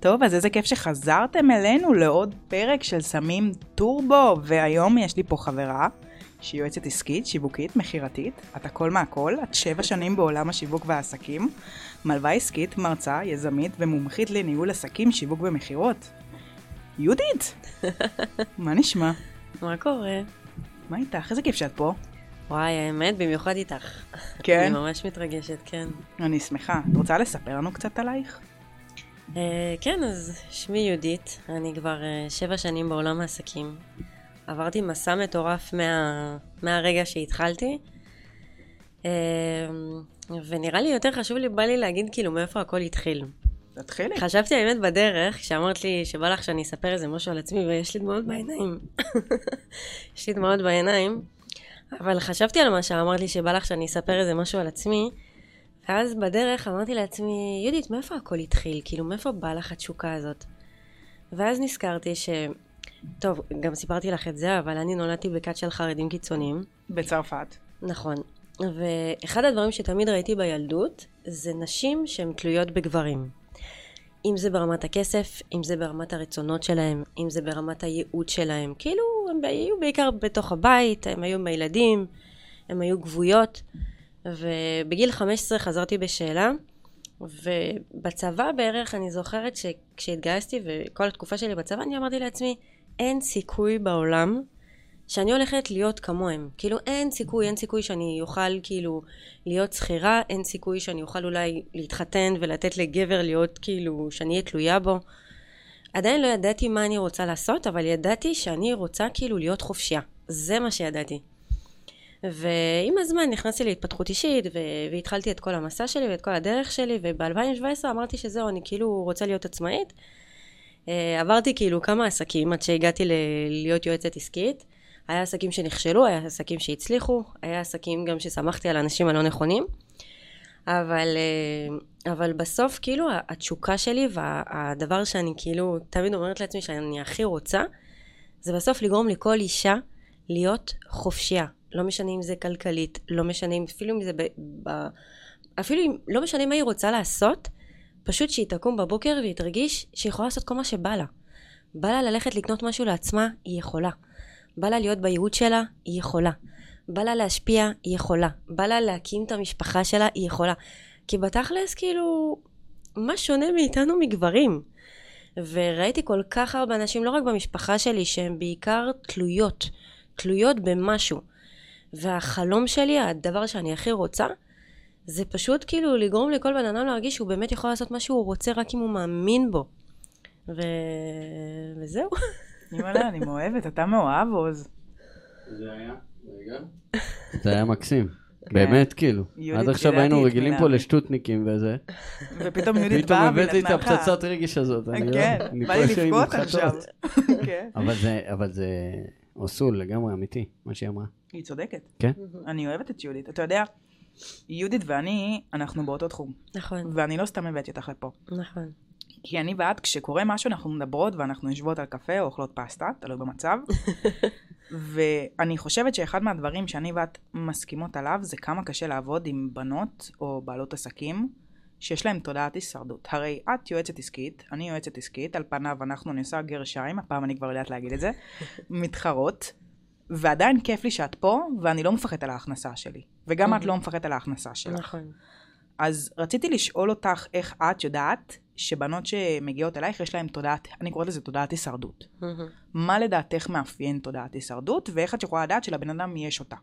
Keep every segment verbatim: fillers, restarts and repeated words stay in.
טוב, אז איזה כיף שחזרתם אלינו לעוד פרק של סמים טורבו, והיום יש לי פה חברה שהיא יועצת עסקית, שיווקית, מחירתית, את הכל מהכל, את שבע שנים בעולם השיווק והעסקים, מלווה עסקית, מרצה, יזמית ומומחית לניהול עסקים, שיווק ומחירות. יהודית! מה נשמע? מה קורה? מה איתך? איזה כיף שאת פה. וואי, האמת, במיוחד איתך. כן? אני ממש מתרגשת, כן. אני שמחה. את רוצה לספר לנו קצת עלייך? Uh, כן, אז שמי יהודית, אני כבר uh, שבע שנים בעולם העסקים. עברתי מסע מטורף מה, מהרגע שהתחלתי, uh, ונראה לי יותר חשוב לי, בא לי להגיד כאילו מאיפה הכל התחיל. תתחילי. חשבתי האמת בדרך, כשאמרת לי שבא לך שאני אספר איזה משהו על עצמי, ויש לי דמעות בעיניים. יש לי דמעות בעיניים, אבל חשבתי על מה שאמרת לי שבא לך שאני אספר איזה משהו על עצמי, ואז בדרך אמרתי לעצמי, יהודית, מאיפה הכל התחיל? כאילו, מאיפה בא לך התשוקה הזאת? ואז נזכרתי ש... טוב, גם סיפרתי לך את זה, אבל אני נולדתי בכת של חרדים קיצוניים. בצרפת. נכון. ואחד הדברים שתמיד ראיתי בילדות, זה נשים שהן תלויות בגברים. אם זה ברמת הכסף, אם זה ברמת הרצונות שלהם, אם זה ברמת הייעוד שלהם. כאילו, הם היו בעיקר בתוך הבית, הם היו עם הילדים, הם היו גבויות. ובגיל חמש עשרה חזרתי בשאלה, ובצבא בערך אני זוכרת שכשהתגייסתי וכל התקופה שלי בצבא, אני אמרתי לעצמי, אין סיכוי בעולם שאני הולכת להיות כמוהם. כאילו אין סיכוי, אין סיכוי שאני אוכל כאילו להיות שכירה, אין סיכוי שאני אוכל אולי להתחתן ולתת לגבר להיות כאילו שאני אהיה תלויה בו. עדיין לא ידעתי מה אני רוצה לעשות, אבל ידעתי שאני רוצה כאילו להיות חופשייה. זה מה שידעתי. ועם הזמן נכנסתי להתפתחות אישית, והתחלתי את כל המסע שלי ואת כל הדרך שלי, וב-אלפיים שבע עשרה אמרתי שזהו, אני כאילו רוצה להיות עצמאית. עברתי כאילו כמה עסקים עד שהגעתי להיות יועצת עסקית. היה עסקים שנכשלו, היה עסקים שהצליחו, היה עסקים גם ששמחתי על האנשים הלא נכונים. אבל, אבל בסוף כאילו התשוקה שלי והדבר שאני כאילו תמיד אומרת לעצמי שאני הכי רוצה, זה בסוף לגרום לכל אישה להיות חופשייה. לא משנה אם זה כלכלית, לא משנה אם אפילו אם זה ב, ב, אפילו אם לא משנה מה היא רוצה לעשות, פשוט שהיא תקום בבוקר והיא תרגיש שהיא יכולה לעשות כל מה שבא לה. בא לה ללכת לקנות משהו לעצמה, היא יכולה. בא לה להיות בייעוד שלה, היא יכולה. בא לה להשפיע, היא יכולה. בא לה להקים את המשפחה שלה, היא יכולה. כי בתכלס כאילו, מה שונה מאיתנו מגברים? וראיתי כל כך הרבה אנשים, לא רק במשפחה שלי, שהם בעיקר תלויות, תלויות במשהו. והחלום שלי, הדבר שאני הכי רוצה, זה פשוט כאילו לגרום לכל בן אדם להרגיש שהוא באמת יכול לעשות מה שהוא רוצה רק אם הוא מאמין בו. ו... וזהו. נימלה, אני מאוהבת, אתה מאוהב עוז. זה היה, רגע. זה היה מקסים. באמת כאילו. עד עכשיו ידעתי היינו את רגילים מילה. פה לשטותניקים וזה. ופתאום יהודית פתאום באה הבאת לי את ונתנה לך. הפצצת רגש הזאת. אני לא- כן, אני בא פה לי יושב עם לבכות מוחצות. עכשיו. כן. אבל זה, אבל זה אוסול לגמרי אמיתי, מה שהיא אמרה. היא צודקת. כן? אני אוהבת את יהודית. אתה יודע, יהודית ואני, אנחנו באותו תחום. נכון, ואני לא סתם הבאתי אותך לפה. נכון. כי אני ואת, כשקורה משהו, אנחנו מדברות ואנחנו יושבות על קפה או אוכלות פסטה, תלוי במצב. ואני חושבת שאחד מהדברים שאני ואת מסכימות עליו, זה כמה קשה לעבוד עם בנות או בעלות עסקים, שיש להם תודעת הישרדות. הרי את יועצת עסקית, אני יועצת עסקית, על פניו אנחנו נעשה גרשיים, הפעם אני כבר יודעת להגיד את זה, מתחרות, ועדיין כיף לי שאת פה, ואני לא מפחדת על ההכנסה שלי. וגם את לא מפחדת על ההכנסה שלך. נכון. אז רציתי לשאול אותך איך את יודעת שבנות שמגיעות אלייך יש להן תודעת, אני קוראת לזה תודעת הישרדות. מה לדעתך מאפיין תודעת הישרדות, ואיך את יכולה לדעת שלבן אדם יש אותה?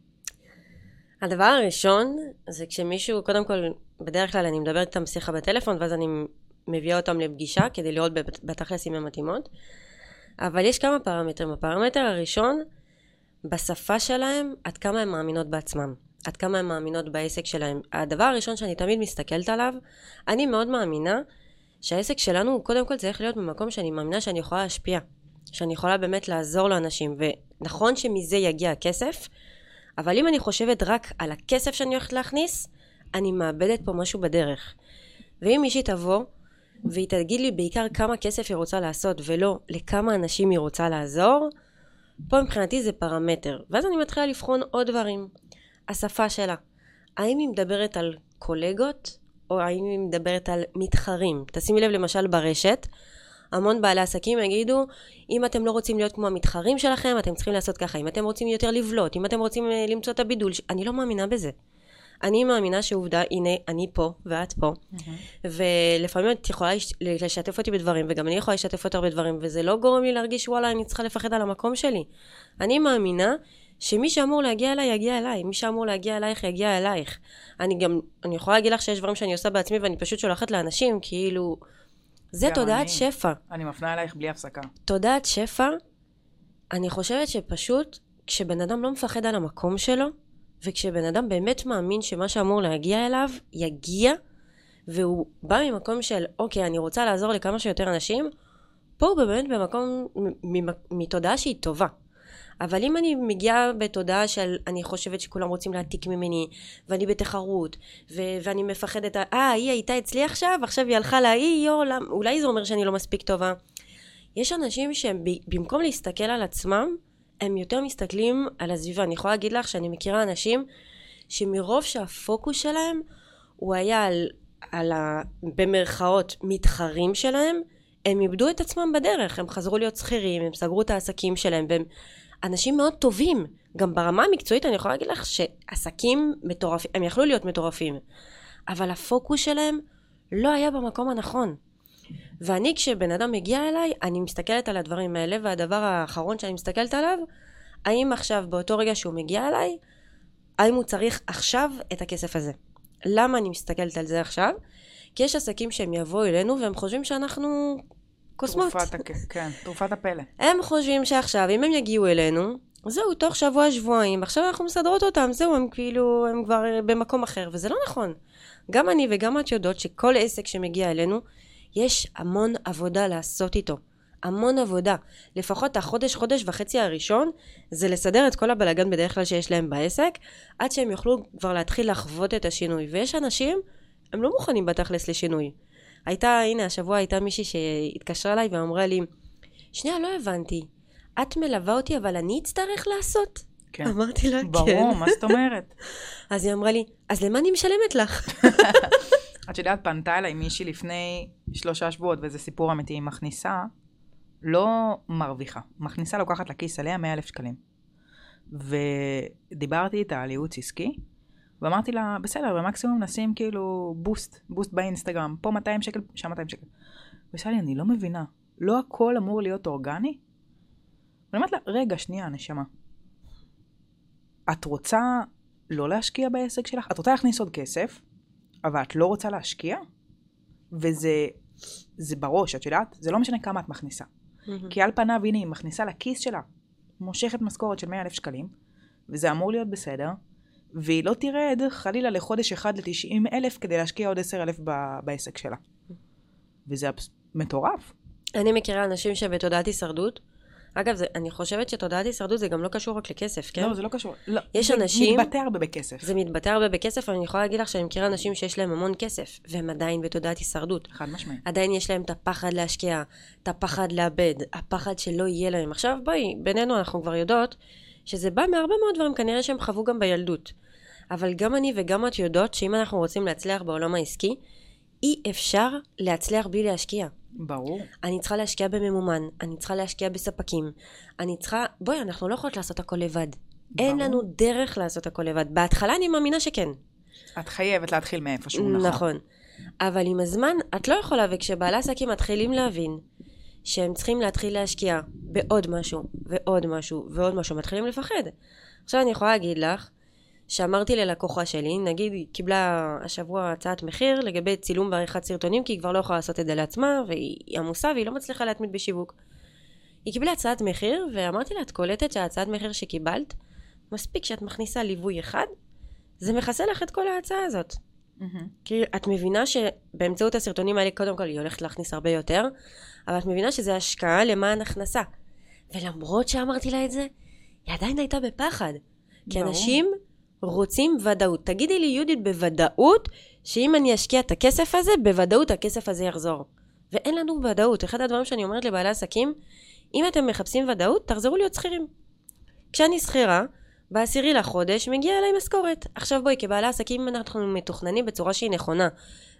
הדבר הראשון זה כשמישהו, קודם כל, בדרך כלל אני מדברת איתם שיחה בטלפון, ואז אני מביאה אותם לפגישה כדי לראות בתכלס אם הן מתאימות. אבל יש כמה פרמטרים. הפרמטר הראשון, בשפה שלהם, עד כמה הן מאמינות בעצמם. עד כמה הן מאמינות בעסק שלהם. הדבר הראשון שאני תמיד מסתכלת עליו, אני מאוד מאמינה שהעסק שלנו הוא קודם כל צריך להיות במקום שאני מאמינה שאני יכולה להשפיע. שאני יכולה באמת לעזור לאנשים. ונכון שמזה יגיע הכסף, אבל אם אני חושבת רק על הכסף שאני הולכת להכניס, אני מאבדת פה משהו בדרך. ואם מישהי תבוא, והיא תגיד לי בעיקר כמה כסף היא רוצה לעשות, ולא לכמה אנשים היא רוצה לעזור, פה מבחינתי זה פרמטר. ואז אני מתחילה לבחון עוד דברים. השפה שלה. האם היא מדברת על קולגות, או האם היא מדברת על מתחרים. תשימי לב למשל ברשת, המון בעלי עסקים יגידו, אם אתם לא רוצים להיות כמו המתחרים שלכם, אתם צריכים לעשות ככה. אם אתם רוצים יותר לבלוט, אם אתם רוצים למצוא את הבידול, אני לא מאמינה בזה. אני מאמינה שעובדה, הנה, אני פה ואת פה, ולפעמים את יכולה לשתף אותי בדברים, וגם אני יכולה לשתף אותך בדברים, וזה לא גורם לי להרגיש, וואלה, אני צריכה לפחד על המקום שלי. אני מאמינה שמי שאמור להגיע אליי, יגיע אליי. מי שאמור להגיע אלייך, יגיע אלייך. אני גם, אני יכולה להגיד לך שיש דברים שאני עושה בעצמי, ואני פשוט שולחת לאנשים, כאילו, זה תודעת שפע. אני מפנה אלייך בלי הפסקה. תודעת שפע, אני חושבת שפשוט, כשבן אדם לא מפחד על המקום שלו, וכשבן אדם באמת מאמין שמה שאמור להגיע אליו, יגיע, והוא בא ממקום של, אוקיי, אני רוצה לעזור לכמה שיותר אנשים, פה הוא באמת במקום, מתודעה שהיא טובה. אבל אם אני מגיעה בתודעה של, אני חושבת שכולם רוצים להעתיק ממני, ואני בתחרות, ו- ואני מפחדת, אה, היא הייתה אצלי עכשיו, עכשיו היא הלכה לה, היא, יו, אולי זה אומר שאני לא מספיק טובה. יש אנשים שהם, במקום להסתכל על עצמם, הם יותר מסתכלים על הסביבה. אני יכולה להגיד לך שאני מכירה אנשים, שמרוב שהפוקוס שלהם, הוא היה על, על ה, במרכאות, מתחרים שלהם, הם איבדו את עצמם בדרך, הם חזרו להיות שכירים, הם סגרו את העסקים שלהם, והם אנשים מאוד טובים. גם ברמה המקצועית אני יכולה להגיד לך שעסקים מטורפים, הם יכלו להיות מטורפים, אבל הפוקוס שלהם לא היה במקום הנכון. ואני כשבן אדם מגיע אליי, אני מסתכלת על הדברים האלה, והדבר האחרון שאני מסתכלת עליו, האם עכשיו באותו רגע שהוא מגיע אליי, האם הוא צריך עכשיו את הכסף הזה. למה אני מסתכלת על זה עכשיו? כי יש עסקים שהם יבואו אלינו, והם חושבים שאנחנו קוסמות. תרופת, כן, תרופת הפלא. הם חושבים שעכשיו, אם הם יגיעו אלינו, זהו, תוך שבוע, שבועיים, עכשיו אנחנו מסדרות אותם, זהו, הם כאילו, הם כבר במקום אחר, וזה לא נכון. גם אני וגם את יודעות שכל עסק שמגיע אלינו, יש המון עבודה לעשות איתו. המון עבודה. לפחות החודש, חודש וחצי הראשון, זה לסדר את כל הבלגן בדרך כלל שיש להם בעסק, עד שהם יוכלו כבר להתחיל לחוות את השינוי. ויש אנשים, הם לא מוכנים בתכלס לשינוי. הייתה, הנה, השבוע הייתה מישהי שהתקשרה אליי ואמרה לי, שנייה, לא הבנתי. את מלווה אותי, אבל אני אצטרך לעשות? כן. אמרתי לה, ברור, כן. ברור, מה זאת אומרת? אז היא אמרה לי, אז למה אני משלמת לך? את יודעת, פנתה אליי מישהי לפני שלושה שבועות, וזה סיפור אמיתי, היא מכניסה, לא מרוויחה. מכניסה לוקחת לכיס עליה מאה אלף שקלים. ודיברתי איתה על ייעוץ עסקי, ואמרתי לה, בסדר, במקסימום נשים כאילו בוסט, בוסט באינסטגרם, פה מאתיים שקל, שם מאתיים שקל. ושאלה לי, אני לא מבינה, לא הכל אמור להיות אורגני? ואני אומרת לה, רגע, שנייה, נשמה. את רוצה לא להשקיע בעסק שלך? את רוצה להכניס עוד כסף, אבל את לא רוצה להשקיע? וזה זה בראש, את יודעת? זה לא משנה כמה את מכניסה. Mm-hmm. כי על פניו, הנה, היא מכניסה לכיס שלה, מושכת משכורת של מאה אלף שקלים, וזה אמור להיות בסדר, והיא לא תרד חלילה לחודש אחד ל-תשעים אלף כדי להשקיע עוד עשרה אלף ב- בעסק שלה. וזה מטורף. אני מכירה אנשים שבתודעת הישרדות, אגב, זה, אני חושבת שתודעת הישרדות זה גם לא קשור רק לכסף, כן? לא, זה לא קשור. לא. יש זה אנשים... מתבטא הרבה בכסף. זה מתבטא הרבה בכסף, אבל אני יכולה להגיד לך שאני מכירה אנשים שיש להם המון כסף, והם עדיין בתודעת הישרדות. חד משמעית. עדיין יש להם את הפחד להשקיע, את הפחד לאבד, הפחד שלא יהיה להם. עכשיו, בואי, בינינו אנחנו כבר יודעות שזה בא מהרבה מאוד דברים, כנראה שהם חוו גם בילדות. אבל גם אני וגם את יודעות שאם אנחנו רוצים להצליח בעולם העסקי, אי אפשר להצליח בלי להשקיע. ברור. אני צריכה להשקיע בממומן, אני צריכה להשקיע בספקים, אני צריכה, בואי, אנחנו לא יכולות לעשות הכל לבד. ברור. אין לנו דרך לעשות הכל לבד. בהתחלה אני מאמינה שכן. את חייבת להתחיל מאיפשהו, נכון. נכון. אבל עם הזמן, את לא יכולה, וכשבעלי עסקים מתחילים להבין, שהם צריכים להתחיל להשקיע בעוד משהו, ועוד משהו, ועוד משהו, מתחילים לפחד. עכשיו אני יכולה להגיד לך, שאמרתי ללקוחה שלי, נגיד, היא קיבלה השבוע הצעת מחיר לגבי צילום בעריכת סרטונים, כי היא כבר לא יכולה לעשות את זה לעצמה, והיא עמוסה, והיא לא מצליחה להתמיד בשיווק. היא קיבלה הצעת מחיר, ואמרתי לה, את קולטת שההצעת מחיר שקיבלת, מספיק שאת מכניסה ליווי אחד, זה מכסה לך את כל ההצעה הזאת. Mm-hmm. כי את מבינה שבאמצעות הסרטונים האלה, קודם כל, היא הולכת להכניס הרבה יותר, אבל את מבינה שזה השקעה למען הכנסה. ולמרות שאמרתי לה את זה, היא עדיין הייתה בפחד. כי אנשים רוצים ודאות. תגידי לי, יהודית, בוודאות, שאם אני אשקיע את הכסף הזה, בוודאות הכסף הזה יחזור. ואין לנו ודאות. אחד הדברים שאני אומרת לבעלי עסקים, אם אתם מחפשים ודאות, תחזרו להיות שכירים. כשאני שכירה, בעשירי לחודש מגיע אליי משכורת. עכשיו בואי, כבעלי עסקים אנחנו מתוכננים בצורה שהיא נכונה,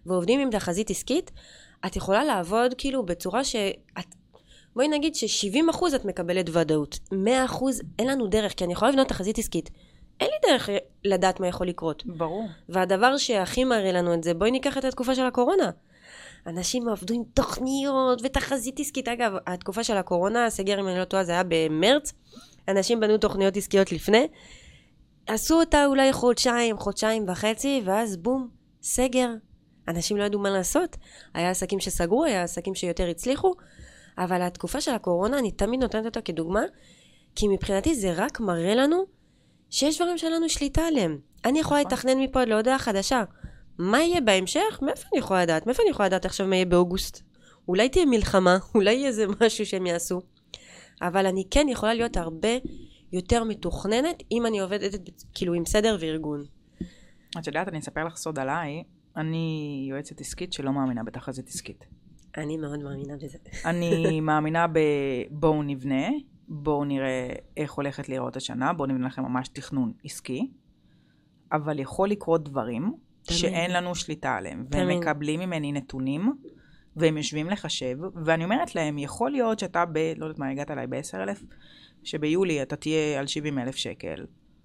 ועובדים עם תחזית עסקית, את יכולה לעבוד כאילו בצורה שאת, בואי נגיד ש-שבעים אחוז את מקבלת ודאות, מאה אחוז אין לנו דרך, כי אני יכולה לבנות תחזית עסקית. אין לי דרך לדעת מה יכול לקרות. ברור. והדבר שהכי מראה לנו את זה, בואי ניקח את התקופה של הקורונה. אנשים עבדו עם תוכניות ותחזית עסקית. אגב, התקופה של הקורונה, הסגר אם אני לא טועה, זה היה במרץ. אנשים בנו תוכניות עסקיות לפני. עשו אותה אולי חודשיים, חודשיים וחצי, ואז בום, סגר. אנשים לא ידעו מה לעשות. היה עסקים שסגרו, היה עסקים שיותר הצליחו. אבל התקופה של הקורונה, אני תמיד נותנת אותה כדוגמה, כי מבחינתי זה רק מראה לנו שיש דברים שלנו שליטה עליהם. אני יכולה לתכנן מפה עד להודעה חדשה. מה יהיה בהמשך? מאיפה אני יכולה לדעת? מאיפה אני יכולה לדעת עכשיו מה יהיה באוגוסט? אולי תהיה מלחמה, אולי יהיה איזה משהו שהם יעשו. אבל אני כן יכולה להיות הרבה יותר מתוכננת, אם אני עובדת כאילו עם סדר וארגון. את יודעת, אני אספר לך סוד עליי, אני יועצת עסקית שלא מאמינה בתחזית עסקית. אני מאוד מאמינה בזה. אני מאמינה בבואו נבנה, בואו נראה איך הולכת להיראות השנה, בואו נבנה לכם ממש תכנון עסקי, אבל יכול לקרות דברים תמיד. שאין לנו שליטה עליהם, תמיד. והם מקבלים ממני נתונים, והם יושבים לחשב, ואני אומרת להם, יכול להיות שאתה ב... לא יודעת מה, הגעת עליי ב-עשרת אלפים, שביולי אתה תהיה על שבעים אלף שקל,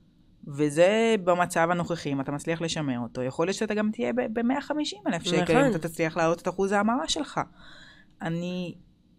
וזה במצב הנוכחי, אם אתה מצליח לשמר אותו, יכול להיות שאתה גם תהיה ב-מאה וחמישים אלף שקל, אם אתה תצליח להעלות את אחוז ההמרה שלך. אני...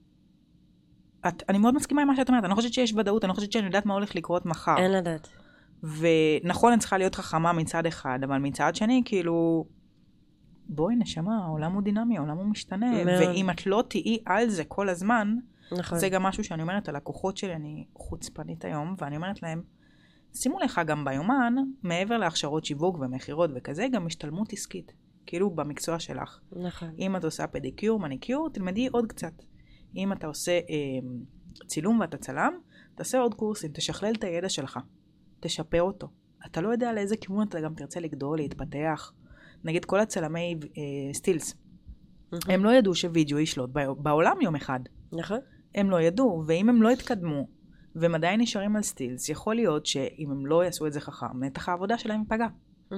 את, אני מאוד מסכימה עם מה שאת אומרת, אני לא חושבת שיש ודאות, אני לא חושבת שאני יודעת מה הולך לקרות מחר. אין לדעת. ונכון, אני צריכה להיות חכמה מצד אחד, אבל מצד שני, כאילו, בואי נשמה, העולם הוא דינמי, העולם הוא משתנה, מאוד. ואם את לא תהיי על זה כל הזמן, נכון. זה גם משהו שאני אומרת על לקוחות שלי, אני חוצפנית היום, ואני אומרת להם, שימו לך גם ביומן, מעבר להכשרות שיווק ומחירות וכזה, גם השתלמות עסקית, כאילו במקצוע שלך. נכון. אם את עושה פדיקיור, מניקיור, תלמדי עוד קצת. אם אתה עושה אה, צילום ואתה צלם, תעשה עוד קורסים, תשכלל את הידע שלך, תשפר אותו. אתה לא יודע לאיזה כיוון אתה גם תרצה לגדול, להתפתח. נגיד כל הצלמי אה, סטילס, mm-hmm. הם לא ידעו שווידאו ישלוט בעולם יום אחד. נכון. הם לא ידעו, ואם הם לא התקדמו, והם עדיין נשארים על סטילס, יכול להיות שאם הם לא יעשו את זה חכם, נתח העבודה שלהם ייפגע. Mm-hmm.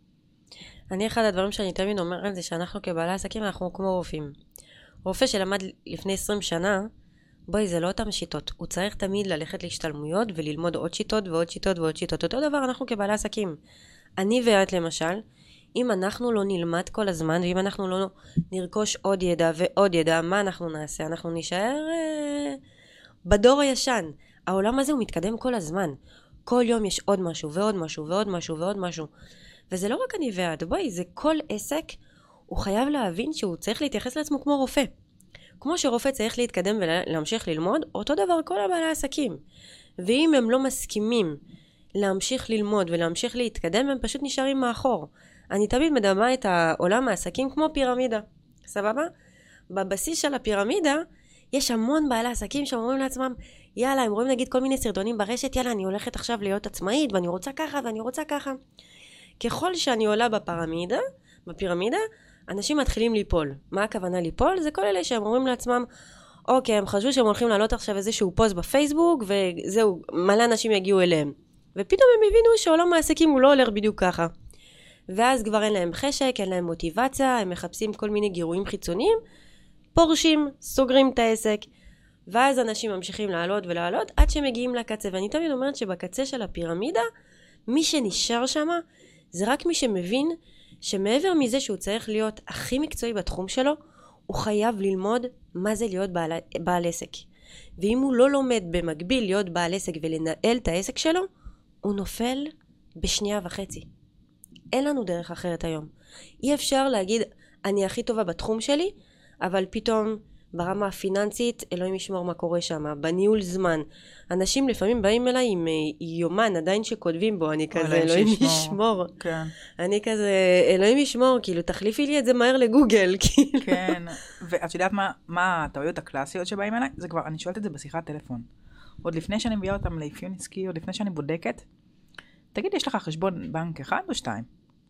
אני אחד הדברים שאני תמיד אומרת זה שאנחנו כבעלי עסקים אנחנו כמו רופאים. רופא שלמד לפני עשרים שנה, בואי, זה לא אותם שיטות. הוא צריך תמיד ללכת להשתלמויות וללמוד עוד שיטות ועוד שיטות ועוד שיטות. אותו דבר אנחנו כבעלי עסקים. אני ואת למשל, אם אנחנו לא נלמד כל הזמן, ואם אנחנו לא נרכוש עוד ידע ועוד ידע, מה אנחנו נעשה? אנחנו נשאר אה, בדור הישן. העולם הזה הוא מתקדם כל הזמן. כל יום יש עוד משהו ועוד משהו ועוד משהו ועוד משהו. וזה לא רק אני ואת, בואי, זה כל עסק, הוא חייב להבין שהוא צריך להתייחס לעצמו כמו רופא. כמו שרופא צריך להתקדם ולהמשיך ללמוד, אותו דבר כל הבעלי העסקים. ואם הם לא מסכימים להמשיך ללמוד ולהמשיך להתקדם, הם פשוט נשארים מאחור. אני תמיד מדמה את העולם העסקים כמו פירמידה. סבבה? בבסיס של הפירמידה, יש המון בעלי עסקים שאומרים לעצמם, יאללה, הם רואים נגיד כל מיני סרטונים ברשת, יאללה, אני הולכת עכשיו להיות עצמאית, ואני רוצה ככה, ואני רוצה ככה. ככל שאני עולה בפירמידה, בפירמידה, אנשים מתחילים ליפול. מה הכוונה ליפול? זה כל אלה שהם אומרים לעצמם, אוקיי, הם חשבו שהם הולכים לעלות עכשיו איזשהו פוסט בפייסבוק, וזהו, מלא אנשים יגיעו אליהם. ופתאום הם הבינו שעולם העסקים הוא לא הולך בדיוק ככה. ואז כבר אין להם חשק, אין להם מוטיבציה, הם מחפשים כל מיני גירויים חיצוניים, פורשים, סוגרים את העסק, ואז אנשים ממשיכים לעלות ולעלות, עד שהם מגיעים לקצה. ואני תמיד אומרת שבקצה של הפירמידה, מי שנשאר שם, זה רק מי שמבין שמעבר מזה שהוא צריך להיות הכי מקצועי בתחום שלו, הוא חייב ללמוד מה זה להיות בעל, בעל עסק. ואם הוא לא לומד במקביל להיות בעל עסק ולנהל את העסק שלו, הוא נופל בשנייה וחצי. אין לנו דרך אחרת היום. אי אפשר להגיד, אני הכי טובה בתחום שלי, אבל פתאום ברמה הפיננסית, אלוהים ישמור מה קורה שם, בניהול זמן. אנשים לפעמים באים אליי עם יומן, עדיין שכותבים בו, אני כזה, אלוהים ישמור. כן. אני כזה, אלוהים ישמור, כאילו, תחליפי לי את זה מהר לגוגל, כאילו. כן, ואת יודעת מה, מה הטעויות הקלאסיות שבאים אליי? זה כבר, אני שואלת את זה בשיחת טלפון. עוד לפני שאני מביאה אותם לאפיון עסקי, עוד לפני שאני בודקת, תגיד, יש לך חשבון בנק אחד או שתיים?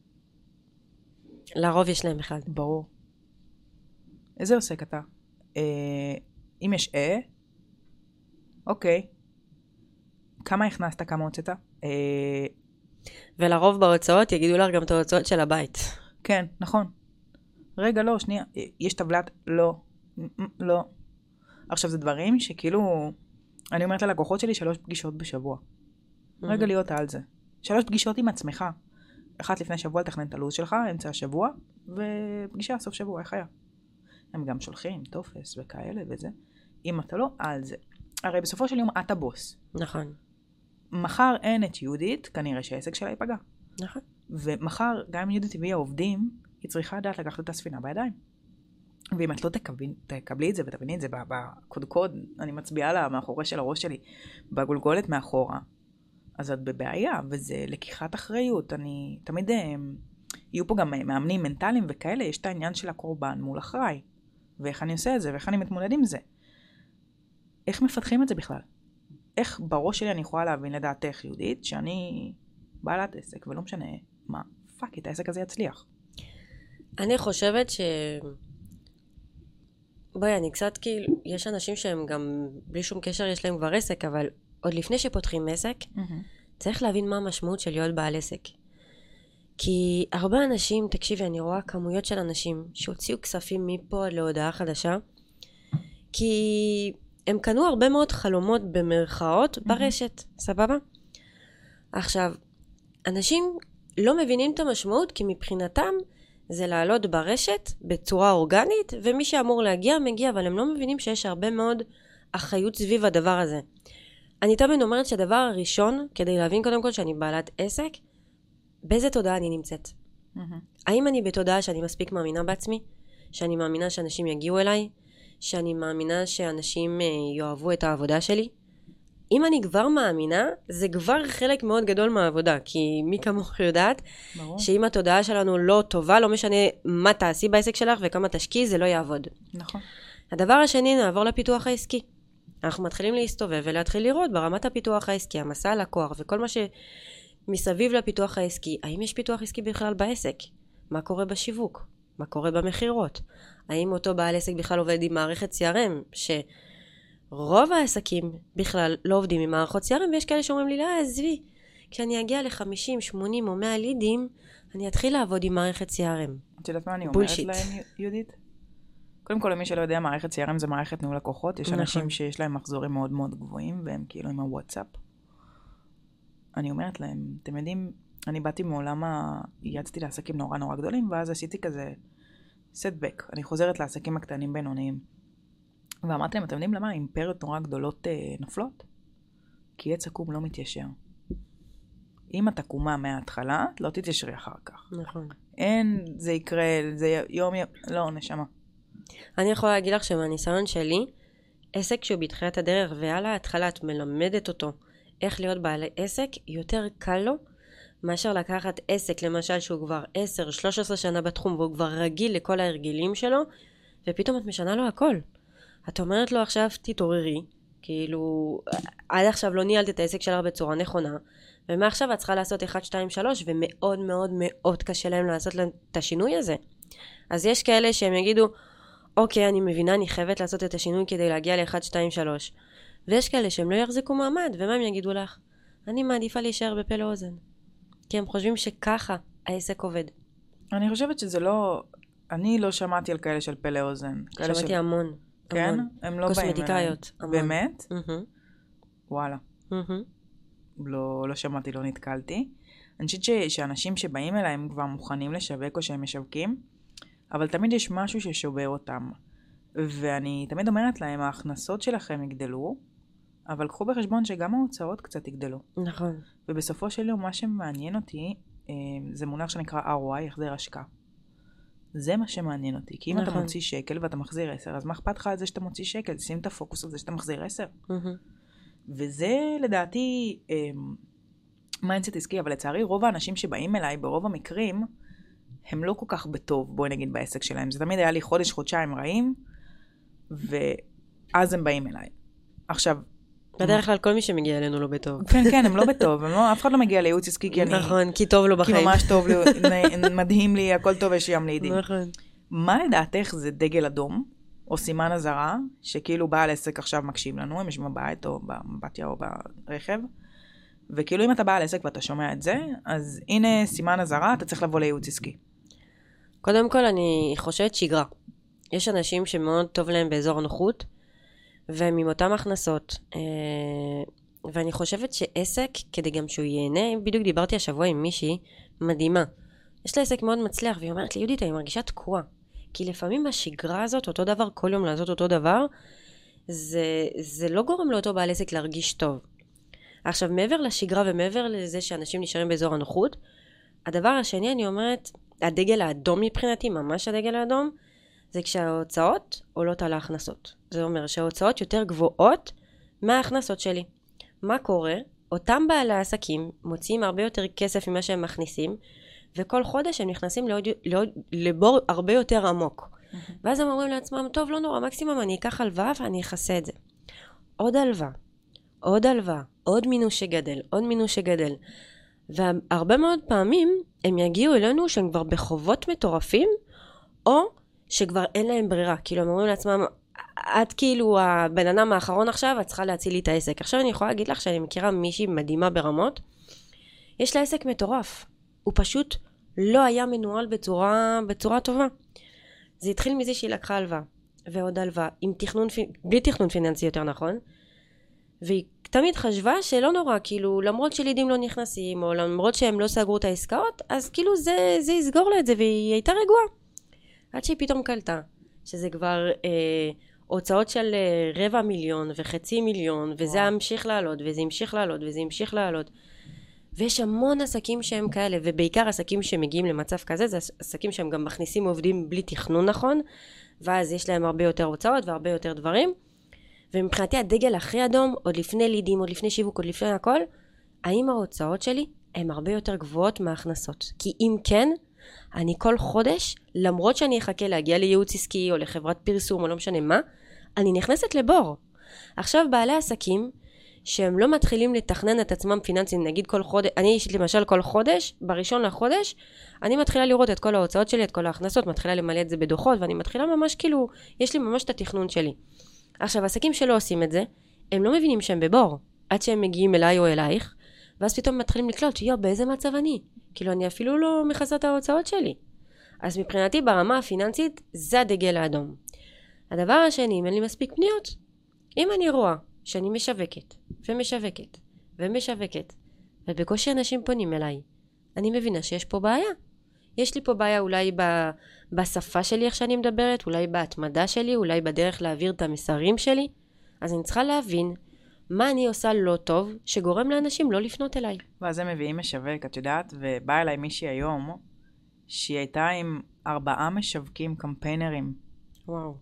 לרוב יש להם אחד. ברור. איזה עוסק אתה? אה, אם יש אה, אוקיי. כמה הכנסת, כמה הוצאת? אה, ולרוב בהוצאות יגידו לך גם את ההוצאות של הבית. כן, נכון. רגע, לא, שנייה, יש טבלת, לא, לא. עכשיו, זה דברים שכאילו, אני אומרת ללקוחות שלי שלוש פגישות בשבוע. רגע להיות על זה. שלוש פגישות עם עצמך. אחת לפני שבוע לתכנן את הלו"ז שלך, אמצע השבוע, ופגישה סוף שבוע, איך היה? הם גם שולחים טופס וכאלה וזה. אם אתה לא על זה. הרי בסופו של יום את הבוס. נכון. מחר אין את יהודית, כנראה שהעסק שלה ייפגע. נכון. ומחר, גם אם יהודית הביאה עובדים, היא צריכה לדעת לקחת את הספינה בידיים. ואם את לא תקבלי, תקבלי את זה ותביני את זה בקודקוד, אני מצביעה לה מאחורי של הראש שלי, בגולגולת מאחורה, אז את בבעיה, וזה לקיחת אחריות. אני תמיד, יהיו פה גם מאמנים מנטליים וכאלה, יש את העניין של הקורבן מול אחראי, ואיך אני עושה את זה, ואיך אני מתמודד עם זה. איך מפתחים את זה בכלל? איך בראש שלי אני יכולה להבין לדעתך, יהודית, שאני בעלת עסק, ולא משנה מה, פאק, את העסק הזה יצליח. אני חושבת ש... בואי, אני קצת כאילו, יש אנשים שהם גם, בלי שום קשר יש להם כבר עסק, אבל עוד לפני שפותחים עסק, mm-hmm. צריך להבין מה המשמעות של להיות בעל עסק. כי הרבה אנשים, תקשיבי, אני רואה כמויות של אנשים שהוציאו כספים מפה להודעה חדשה, כי הם קנו הרבה מאוד חלומות במרכאות mm-hmm. ברשת, סבבה? עכשיו, אנשים לא מבינים את המשמעות, כי מבחינתם זה לעלות ברשת בצורה אורגנית, ומי שאמור להגיע מגיע, אבל הם לא מבינים שיש הרבה מאוד אחריות סביב הדבר הזה. אני תמיד אומרת שהדבר הראשון, כדי להבין קודם כל שאני בעלת עסק, באיזה תודעה אני נמצאת. Mm-hmm. האם אני בתודעה שאני מספיק מאמינה בעצמי? שאני מאמינה שאנשים יגיעו אליי? שאני מאמינה שאנשים יאהבו את העבודה שלי? אם אני כבר מאמינה, זה כבר חלק מאוד גדול מהעבודה, כי מי כמוך יודעת, ברור. שאם התודעה שלנו לא טובה, לא משנה מה תעשי בעסק שלך וכמה תשקיעי, זה לא יעבוד. נכון. הדבר השני, נעבור לפיתוח העסקי. אנחנו מתחילים להסתובב ולהתחיל לראות ברמת הפיתוח העסקי, המסע הלקוח וכל מה שמסביב לפיתוח העסקי. האם יש פיתוח עסקי בכלל בעסק? מה קורה בשיווק? מה קורה במחירות? האם אותו בעל עסק בכלל עובד עם מערכת סי אר אם, ש... רוב העסקים בכלל לא עובדים עם מערכות סי אר אם, ויש כאלה שאומרים לי, לא, עזבי, כשאני אגיע ל-חמישים, שמונים או מאה לידים, אני אתחיל לעבוד עם מערכת סי אר אם. את יודעת מה אני אומרת להם, יהודית? קודם כל, למי שלא יודע, מערכת סי אר אם זה מערכת ניהול לקוחות. יש אנשים שיש להם מחזורים מאוד מאוד גבוהים, והם כאילו עם הוואטסאפ. אני אומרת להם, אתם יודעים, אני באתי מעולם, יצאתי לעסקים נורא נורא גדולים, ואז עשיתי כזה סטבק. אני חוזרת לעסקים הקטנים בינוניים. ואמרתי להם, אתם יודעים למה האימפריות נורא גדולות אה, נופלות? כי עץ עקום לא מתיישר. אם את עקומה מההתחלה, לא תתיישרי אחר כך. נכון. אין, זה יקרה, זה יום, יום, לא, נשמה. אני יכולה להגיד לך שמהניסיון שלי, עסק שהוא בתחילת הדרך, ועל ההתחלה את מלמדת אותו איך להיות בעל עסק, יותר קל לו, מאשר לקחת עסק, למשל שהוא כבר עשר שלוש עשרה שנה בתחום, והוא כבר רגיל לכל ההרגילים שלו, ופתאום את משנה לו הכל. את אומרת לו עכשיו תתעוררי, כאילו עד עכשיו לא ניהלת את העסק שלך בצורה נכונה, ומעכשיו את צריכה לעשות אחת, שתיים, שלוש, ומאוד מאוד מאוד קשה להם לעשות להם את השינוי הזה. אז יש כאלה שהם יגידו, אוקיי, אני מבינה, אני חייבת לעשות את השינוי כדי להגיע ל-אחת, שתיים, שלוש. ויש כאלה שהם לא יחזיקו מעמד, ומה הם יגידו לך? אני מעדיפה להישאר בפה לאוזן. כי הם חושבים שככה העסק עובד. אני חושבת שזה לא, אני לא שמעתי על כאלה של פה לאוזן. שמעתי של... המון. כן? המון. הם לא קוסמטיקאיות. באים אליהם. באמת? Mm-hmm. וואלה. Mm-hmm. לא, לא שמעתי, לא נתקלתי. אני חושבת ש, שאנשים שבאים אליהם כבר מוכנים לשווק או שהם משווקים, אבל תמיד יש משהו ששובר אותם. ואני תמיד אומרת להם, ההכנסות שלכם יגדלו, אבל קחו בחשבון שגם ההוצאות קצת יגדלו. נכון. ובסופו של יום, מה שמעניין אותי, זה מונח שנקרא אר או איי, החזר השקעה. זה מה שמעניין אותי. כי אם נכון. אתה מוציא שקל ואתה מחזיר עשר, אז מה אכפת לך על זה שאתה מוציא שקל? שים את הפוקוס על זה שאתה מחזיר עשר. Mm-hmm. וזה לדעתי מיינדסט עסקי, אבל לצערי רוב האנשים שבאים אליי, ברוב המקרים, הם לא כל כך בטוב, בואי נגיד בעסק שלהם. זה תמיד היה לי חודש, חודשיים רעים, ואז הם באים אליי. עכשיו... בדרך כלל כל מי שמגיע אלינו לא בטוב. כן, כן, הם לא בטוב. הם לא, אף אחד לא מגיע לייעוץ עסקי, כי אני... נכון, כי טוב לו בחיים. כי ממש טוב לי, מדהים לי, הכל טוב, יש ים לידים. נכון. מה לדעתך זה דגל אדום, או סימן הזרה, שכאילו בעל עסק עכשיו מקשיב לנו, הם יושבים בבית או בבתיה או ברכב, וכאילו אם אתה בעל עסק ואתה שומע את זה, אז הנה סימן הזרה, אתה צריך לבוא לייעוץ עסקי. קודם כל, אני חושבת שגרה. יש אנשים שמאוד טוב להם באזור הנוחות, והם עם אותם הכנסות. ואני חושבת שעסק, כדי גם שהוא ייהנה, בדיוק דיברתי השבוע עם מישהי מדהימה. יש לה עסק מאוד מצליח, והיא אומרת לי, יהודית, אני מרגישה תקועה. כי לפעמים השגרה הזאת, אותו דבר, כל יום לעשות אותו דבר, זה, זה לא גורם לאותו בעל עסק להרגיש טוב. עכשיו, מעבר לשגרה ומעבר לזה שאנשים נשארים באזור הנוחות, הדבר השני, אני אומרת, הדגל האדום מבחינתי, ממש הדגל האדום, זה כשההוצאות עולות על ההכנסות. זה אומר שההוצאות יותר גבוהות מההכנסות שלי. מה קורה? אותם בעלי העסקים מוציאים הרבה יותר כסף ממה שהם מכניסים, וכל חודש הם נכנסים לעוד, לעוד, לבור הרבה יותר עמוק. Mm-hmm. ואז הם אומרים לעצמם, טוב, לא נורא, מקסימום אני אקח הלוואה ואני אחסה את זה. עוד הלוואה, עוד הלוואה, עוד מינוס שגדל, עוד מינוס שגדל. והרבה מאוד פעמים הם יגיעו אלינו שהם כבר בחובות מטורפים, או שכבר אין להם ברירה. כאילו הם אומרים לעצמם, את כאילו הבן אדם האחרון עכשיו, את צריכה להציל לי את העסק. עכשיו אני יכולה להגיד לך שאני מכירה מישהי מדהימה ברמות, יש לה עסק מטורף. הוא פשוט לא היה מנוהל בצורה, בצורה טובה. זה התחיל מזה שהיא לקחה הלוואה, ועוד הלוואה, עם תכנון, בלי תכנון פיננסי יותר נכון, והיא תמיד חשבה שלא נורא, כאילו למרות שלידים לא נכנסים, או למרות שהם לא סגרו את העסקאות, אז כאילו זה, זה יסגור לה את זה, והיא הייתה רגועה. עד שהיא פתאום קלטה, שזה כבר אה, הוצאות של אה, רבע מיליון וחצי מיליון, וזה המשיך לעלות, וזה המשיך לעלות, וזה המשיך לעלות. ויש המון עסקים שהם כאלה, ובעיקר עסקים שמגיעים למצב כזה, זה עסקים שהם גם מכניסים עובדים בלי תכנון נכון, ואז יש להם הרבה יותר הוצאות והרבה יותר דברים. ומבחינתי הדגל הכי אדום, עוד לפני לידים, עוד לפני שיווק, עוד לפני הכל, האם ההוצאות שלי הן הרבה יותר גבוהות מההכנסות? כי אם כן, אני כל חודש, למרות שאני אחכה להגיע לייעוץ עסקי או לחברת פרסום או לא משנה מה, אני נכנסת לבור. עכשיו בעלי עסקים, שהם לא מתחילים לתכנן את עצמם פיננסים, נגיד כל חודש, אני אישית למשל כל חודש, בראשון לחודש, אני מתחילה לראות את כל ההוצאות שלי, את כל ההכנסות, מתחילה למלא את זה בדוחות, ואני מתחילה ממש כאילו, יש לי ממש את התכנון שלי. עכשיו, עסקים שלא עושים את זה, הם לא מבינים שהם בבור, עד שהם מגיעים אליי או אלייך, ואז פתאום מתחילים לקלוט, יו, באיזה מצב אני? כאילו, אני אפילו לא מכסה את ההוצאות שלי. אז מבחינתי, ברמה הפיננסית, זה הדגל האדום. הדבר השני, אם אין לי מספיק פניות, אם אני רואה שאני משווקת, ומשווקת, ומשווקת, ובקושי אנשים פונים אליי, אני מבינה שיש פה בעיה. יש לי פה בעיה אולי ב, בשפה שלי איך שאני מדברת, אולי בהתמדה שלי, אולי בדרך להעביר את המסרים שלי. אז אני צריכה להבין מה אני עושה לא טוב, שגורם לאנשים לא לפנות אליי. ואז הם מביאים משווק, את יודעת, ובאה אליי מישהי היום, שהיא הייתה עם ארבעה משווקים קמפיינרים. וואו.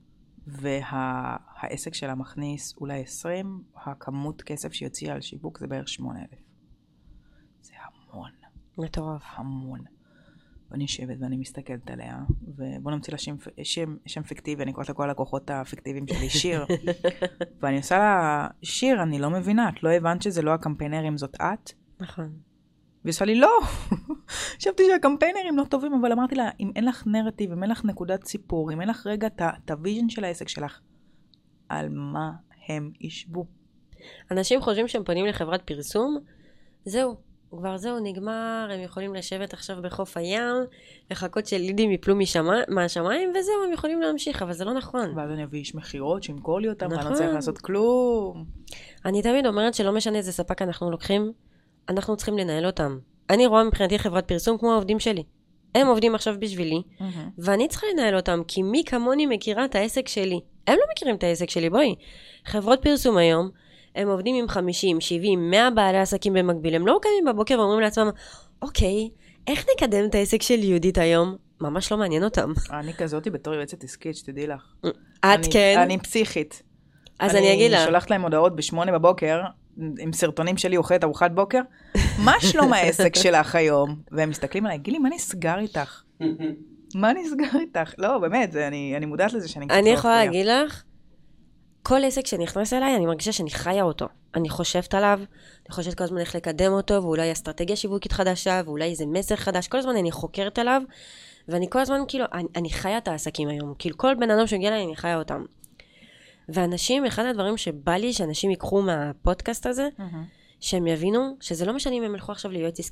והעסק שלה מכניס אולי עשרים, הכמות כסף שיוציאה על שיווק זה בערך שמונה אלף. זה המון. מטורף. המון. ואני יושבת ואני מסתכלת עליה, ובוא נמציא לה שם, שם, שם פיקטיבי, אני קוראת לכל הלקוחות הפיקטיביים שלי, שיר. ואני עושה לה, שיר, אני לא מבינה, את לא הבנת שזה לא הקמפיינרים, זאת את? נכון. והיא עושה לי, לא. חשבתי שהקמפיינרים לא טובים, אבל אמרתי לה, אם אין לך נרטיב, אם אין לך נקודת סיפור, אם אין לך רגע את הוויז'ן של העסק שלך, על מה הם ישבו? אנשים חושבים שהם פונים לחברת פרסום, זהו, כבר זהו, נגמר, הם יכולים לשבת עכשיו בחוף הים, לחכות שלידים יפלו משמה, מהשמיים, וזהו, הם יכולים להמשיך, אבל זה לא נכון. ואז אני אביא איש מחירות, שימכור לי אותם, נכון. ואני לא צריך לעשות כלום. אני תמיד אומרת שלא משנה איזה ספק אנחנו לוקחים, אנחנו צריכים לנהל אותם. אני רואה מבחינתי חברת פרסום כמו העובדים שלי. הם עובדים עכשיו בשבילי, mm-hmm. ואני צריכה לנהל אותם, כי מי כמוני מכירה את העסק שלי? הם לא מכירים את העסק שלי, בואי. חברות פרסום היום, הם עובדים עם חמישים, שבעים, מאה בעלי עסקים במקביל. הם לא קמים בבוקר ואומרים לעצמם, אוקיי, איך נקדם את העסק של יהודית היום? ממש לא מעניין אותם. אני כזאתי בתור יועצת עסקית, שתדעי לך. את כן? אני פסיכית. אז אני אגיד לך. אני שולחת להם הודעות בשמונה בבוקר, עם סרטונים שלי אוכלת ארוחת בוקר, מה שלום העסק שלך היום? והם מסתכלים עליי, גילי, מה נסגר איתך? מה נסגר איתך? לא, באמת, אני, אני מודעת לזה שאני... אני יכולה להגיד לך, כל עסק שנכנס אליי, אני מרגישה שאני חיה אותו. אני חושבת עליו, אני חושבת כל הזמן איך לקדם אותו, ואולי אסטרטגיה שיווקית חדשה, ואולי איזה מסר חדש, כל הזמן אני חוקרת עליו, ואני כל הזמן כאילו, אני, אני חיה את העסקים היום. כאילו כל בן אדם שמגיע אליי, אני חיה אותם. ואנשים, אחד הדברים שבא לי שאנשים ייקחו מהפודקאסט הזה, mm-hmm. שהם יבינו שזה לא משנה אם הם ילכו עכשיו ליועץ עסקי.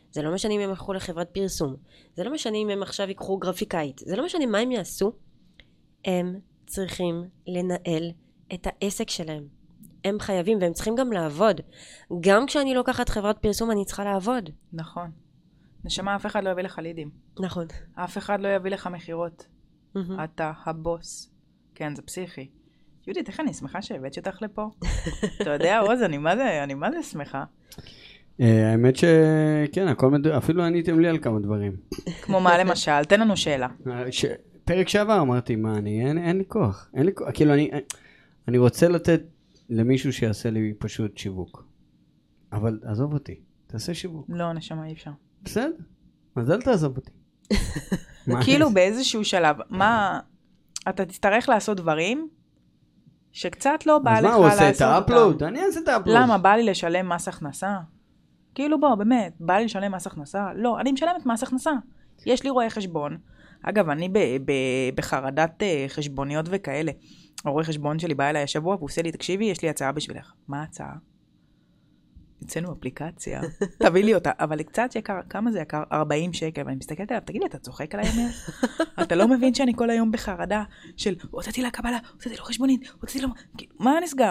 זה לא משנה אם הם ילכו לחברת פרסום, זה לא משנה אם הם עכשיו יקחו גרפיקאית, זה לא משנה מה הם יעשו, הם צריכים לנהל את העסק שלהם. הם חייבים והם צריכים גם לעבוד. גם כשאני לוקחת חברת פרסום אני צריכה לעבוד. נכון. נשמה, אף אחד לא יביא לך לידים. נכון. אף אחד לא יביא לך מחירות. אתה הבוס. כן, זה פסיכי. יהודית, איך אני שמחה שהבאתי אותך לפה? אתה יודע, עוז, אני מה זה, אני מה זה שמחה. האמת שכן, הכל מדויק, אפילו עניתם לי על כמה דברים. כמו מה למשל? תן לנו שאלה. פרק שעבר אמרתי, מה, אני, אין לי כוח. אין לי כוח, כאילו, אני רוצה לתת למישהו שיעשה לי פשוט שיווק. אבל עזוב אותי, תעשה שיווק. לא, נשמה, אי אפשר. בסדר, אז אל תעזוב אותי. כאילו באיזשהו שלב, מה, אתה תצטרך לעשות דברים שקצת לא בא לך לעשות אותם. אז מה, הוא עושה את האפלוד? אני אעשה את האפלוד. למה, בא לי לשלם מס הכנסה? כאילו בוא, באמת, בא לי לשלם מס הכנסה? לא, אני משלמת מס הכנסה. יש לי רואה חשבון. אגב, אני בחרדת חשבוניות וכאלה. הרואה חשבון שלי בא אליי השבוע, והוא עושה לי, תקשיבי, יש לי הצעה בשבילך. מה ההצעה? אצלנו אפליקציה, תביא לי אותה, אבל קצת יקר, כמה זה יקר? ארבעים שקל, ואני מסתכלת עליו, תגיד לי, אתה צוחק עליי אמיר? אתה לא מבין שאני כל היום בחרדה של, הוצאתי לה קבלה, הוצאתי לו חשבונית, הוצאתי לו, מה נסגר?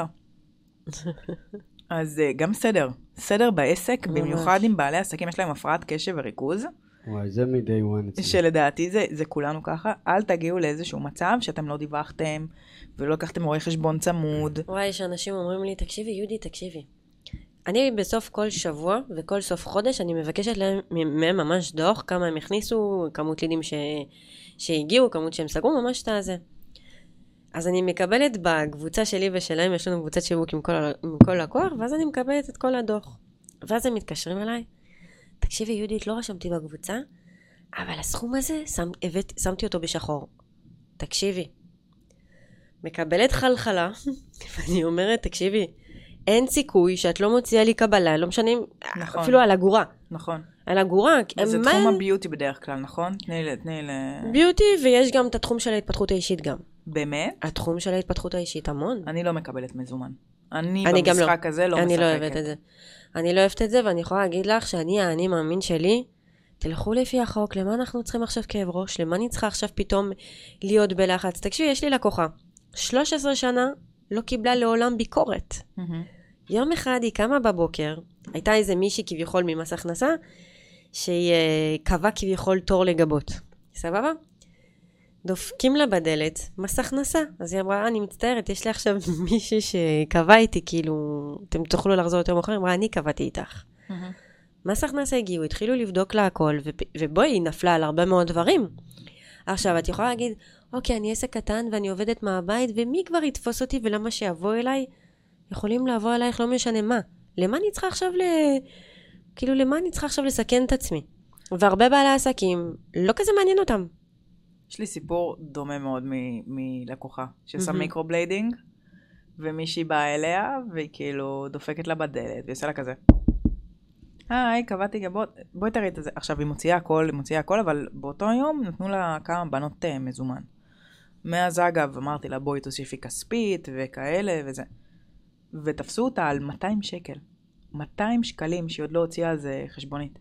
אז גם סדר, סדר בעסק, במיוחד עם בעלי עסקים, יש להם הפרעת קשב וריכוז. וואי, זה מ-day one. שלדעתי זה, זה כולנו ככה, אל תגיעו לאיזשהו מצב שאתם לא דיווחתם, ולא לקחתם רואה חשבון צמוד. וואי, שאנשים אומרים לי, תקשיבי, יהודי, תקשיבי. אני בסוף כל שבוע וכל סוף חודש אני מבקשת להם, מהם ממש דוח, כמה הם הכניסו, כמות לידים ש... שהגיעו, כמות שהם סגרו, ממש את הזה. אז אני מקבלת בקבוצה שלי ושלהם, יש לנו קבוצת שיווק עם כל, עם כל לקוח, ואז אני מקבלת את כל הדוח. ואז הם מתקשרים אליי, תקשיבי יהודית, לא רשמתי בקבוצה, אבל הסכום הזה, שם, הבאת, שמתי אותו בשחור. תקשיבי. מקבלת חלחלה, ואני אומרת, תקשיבי, אין סיכוי שאת לא מוציאה לי קבלה, לא משנה, נכון. אפילו על הגורה. נכון. על הגורה. זה מה... תחום הביוטי בדרך כלל, נכון? תני לי, תני לי... ביוטי, ויש גם את התחום של ההתפתחות האישית גם. באמת? התחום של ההתפתחות האישית, המון. אני לא מקבלת מזומן. אני, אני במשחק לא. הזה לא אני משחקת. לא אוהבת את זה. אני לא אוהבת את זה, ואני יכולה להגיד לך שאני, האני מאמין שלי, תלכו לפי החוק, למה אנחנו צריכים עכשיו כאב ראש? למה אני צריכה עכשיו פתאום להיות בלחץ? תקשיבי, יש לי לקוחה. שלוש עשרה שנה לא קיבלה לעולם ביקורת. Mm-hmm. יום אחד היא קמה בבוקר, הייתה איזה מישהי כביכול ממס הכנסה, שהיא קבעה כביכול תור לגבות. סבבה? דופקים לה בדלת, מס הכנסה. אז היא אמרה, אני מצטערת, יש לי עכשיו מישהי שקבע איתי, כאילו, אתם תוכלו לחזור יותר מאוחר, היא אמרה, אני קבעתי איתך. Mm-hmm. מס הכנסה הגיעו, התחילו לבדוק לה הכל, ובואי, היא נפלה על הרבה מאוד דברים. עכשיו, את יכולה להגיד, אוקיי, אני עסק קטן ואני עובדת מהבית, ומי כבר יתפוס אותי ולמה שיבוא אליי? יכולים לבוא אלייך, לא משנה מה. למה אני צריכה עכשיו ל... כאילו, למה אני צריכה עכשיו לסכן את עצמי? והרבה בעלי עסקים, לא כזה מעניין אותם. יש לי סיפור דומה מאוד מלקוחה, שעושה מיקרובליידינג, ומישהי באה אליה, והיא כאילו דופקת לה בדלת, והיא עושה לה כזה. היי, קבעתי גבות, בואי תראי את זה. עכשיו, היא מוציאה הכל, היא מוציאה הכל, אבל באותו יום נתנו לה כמה בנות מזומן. מאז אגב, אמרתי לה, בואי תוסיפי כספית וכאלה וזה. ותפסו אותה על מאתיים שקל. מאתיים שקלים שהיא עוד לא הוציאה על זה חשבונית.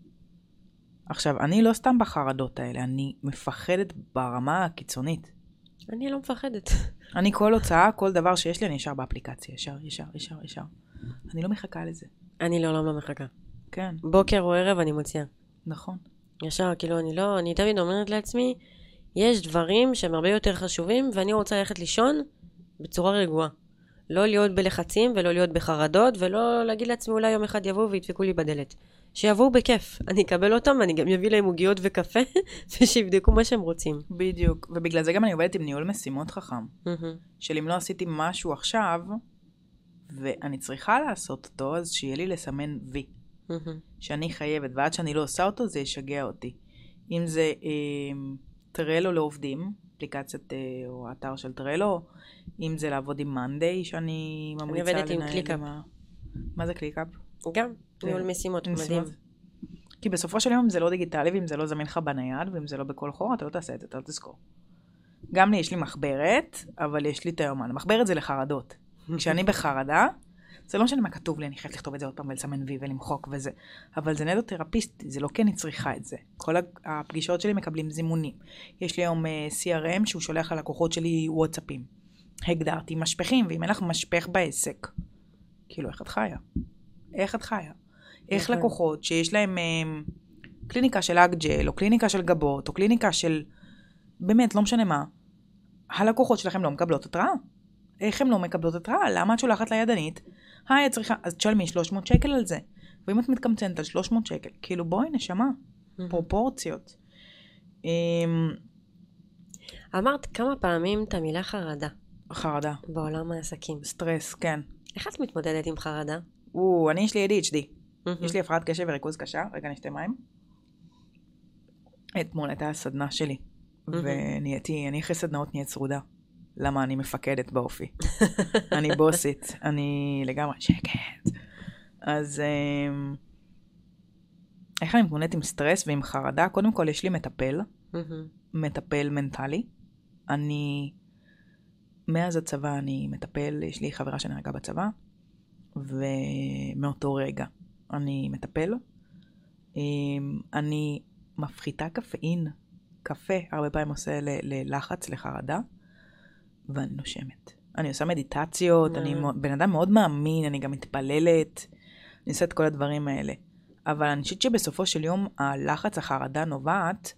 עכשיו, אני לא סתם בחרדות האלה, אני מפחדת ברמה הקיצונית. אני לא מפחדת. אני כל הוצאה, כל דבר שיש לי, אני ישר באפליקציה, ישר, ישר, ישר, ישר. אני לא מחכה לזה. אני לא, לא מחכה. כן. בוקר או ערב אני מוציאה. נכון. ישר, כאילו, אני לא, אני תמיד אומרת לעצמי, יש דברים שהם הרבה יותר חשובים, ואני רוצה ללכת לישון בצורה רגועה. לא להיות בלחצים ולא להיות בחרדות, ולא להגיד לעצמי אולי יום אחד יבואו וידפקו לי בדלת. שיבואו בכיף. אני אקבל אותם, ואני גם אביא להם עוגיות וקפה, ושיבדקו מה שהם רוצים. בדיוק. ובגלל זה גם אני עובדת עם ניהול משימות חכם. של אם לא עשיתי משהו עכשיו, ואני צריכה לעשות אותו, אז שיהיה לי לסמן וי. שאני חייבת, ועד שאני לא עושה אותו, זה ישגע אותי. אם זה טרלו לעובדים, אפליקציית או אתר של טרלו, אם זה לעבוד עם מנדי, שאני ממליצה לנהל. אני עובדת עם קליקאפ. מה זה קליקאפ? גם, ניהול משימות, מדהים. כי בסופו של יום זה לא דיגיטלי, ואם זה לא זמין לך בנייד, ואם זה לא בכל חור, אתה לא תעשה את זה, אתה לא תזכור. גם לי יש לי מחברת, אבל יש לי את היומן. מחברת זה לחרדות. כשאני בחרדה, זה לא משנה מה כתוב לי, אני חייבת לכתוב את זה עוד פעם ולסמן וי ולמחוק וזה, אבל זה נטו תרפיסטי, זה לא כי אני צריכה את זה. כל הפגישות שלי מקבלים זימונים. יש לי היום סי אר אם שהוא שולח ללקוחות שלי וואטסאפים. הגדרתי משפחים, ואם אין לך משפח בעסק, כאילו, איך את חיה? איך את חיה? איך לקוחות שיש להם קליניקה של אגג'ל, או קליניקה של גבות, או קליניקה של, באמת, לא משנה מה, הלקוחות שלכם לא מקבלות התראה. איך הם לא מקבלות התראה? למה את שולחת לידנית? היי, את צריכה, אז תשלמי שלוש מאות שקל על זה. ואם את מתקמצנת על שלוש מאות שקל, כאילו בואי נשמה, פרופורציות. אמרת כמה פעמים את המילה חרדה. חרדה. בעולם העסקים. סטרס, כן. איך את מתמודדת עם חרדה? או, אני יש לי A D H D. יש לי הפרעת קשב וריכוז קשה. רגע, נשתה מים. אתמול הייתה הסדנה שלי. ונהייתי, אני אחרי סדנאות נהיית צרודה. למה אני מפקדת באופי. אני בוסית. אני לגמרי שקט. אז איך אני מתמודדת עם סטרס ועם חרדה? קודם כל, יש לי מטפל. מטפל מנטלי. אני, מאז הצבא אני מטפל, יש לי חברה שנהרגה בצבא, ומאותו רגע אני מטפל. אני מפחיתה קפאין. קפה הרבה פעמים עושה ללחץ, לחרדה, ואני נושמת. אני עושה מדיטציות, אני בן אדם מאוד מאמין, אני גם מתפללת, אני עושה את כל הדברים האלה. אבל אני חושבת שבסופו של יום הלחץ, החרדה נובעת,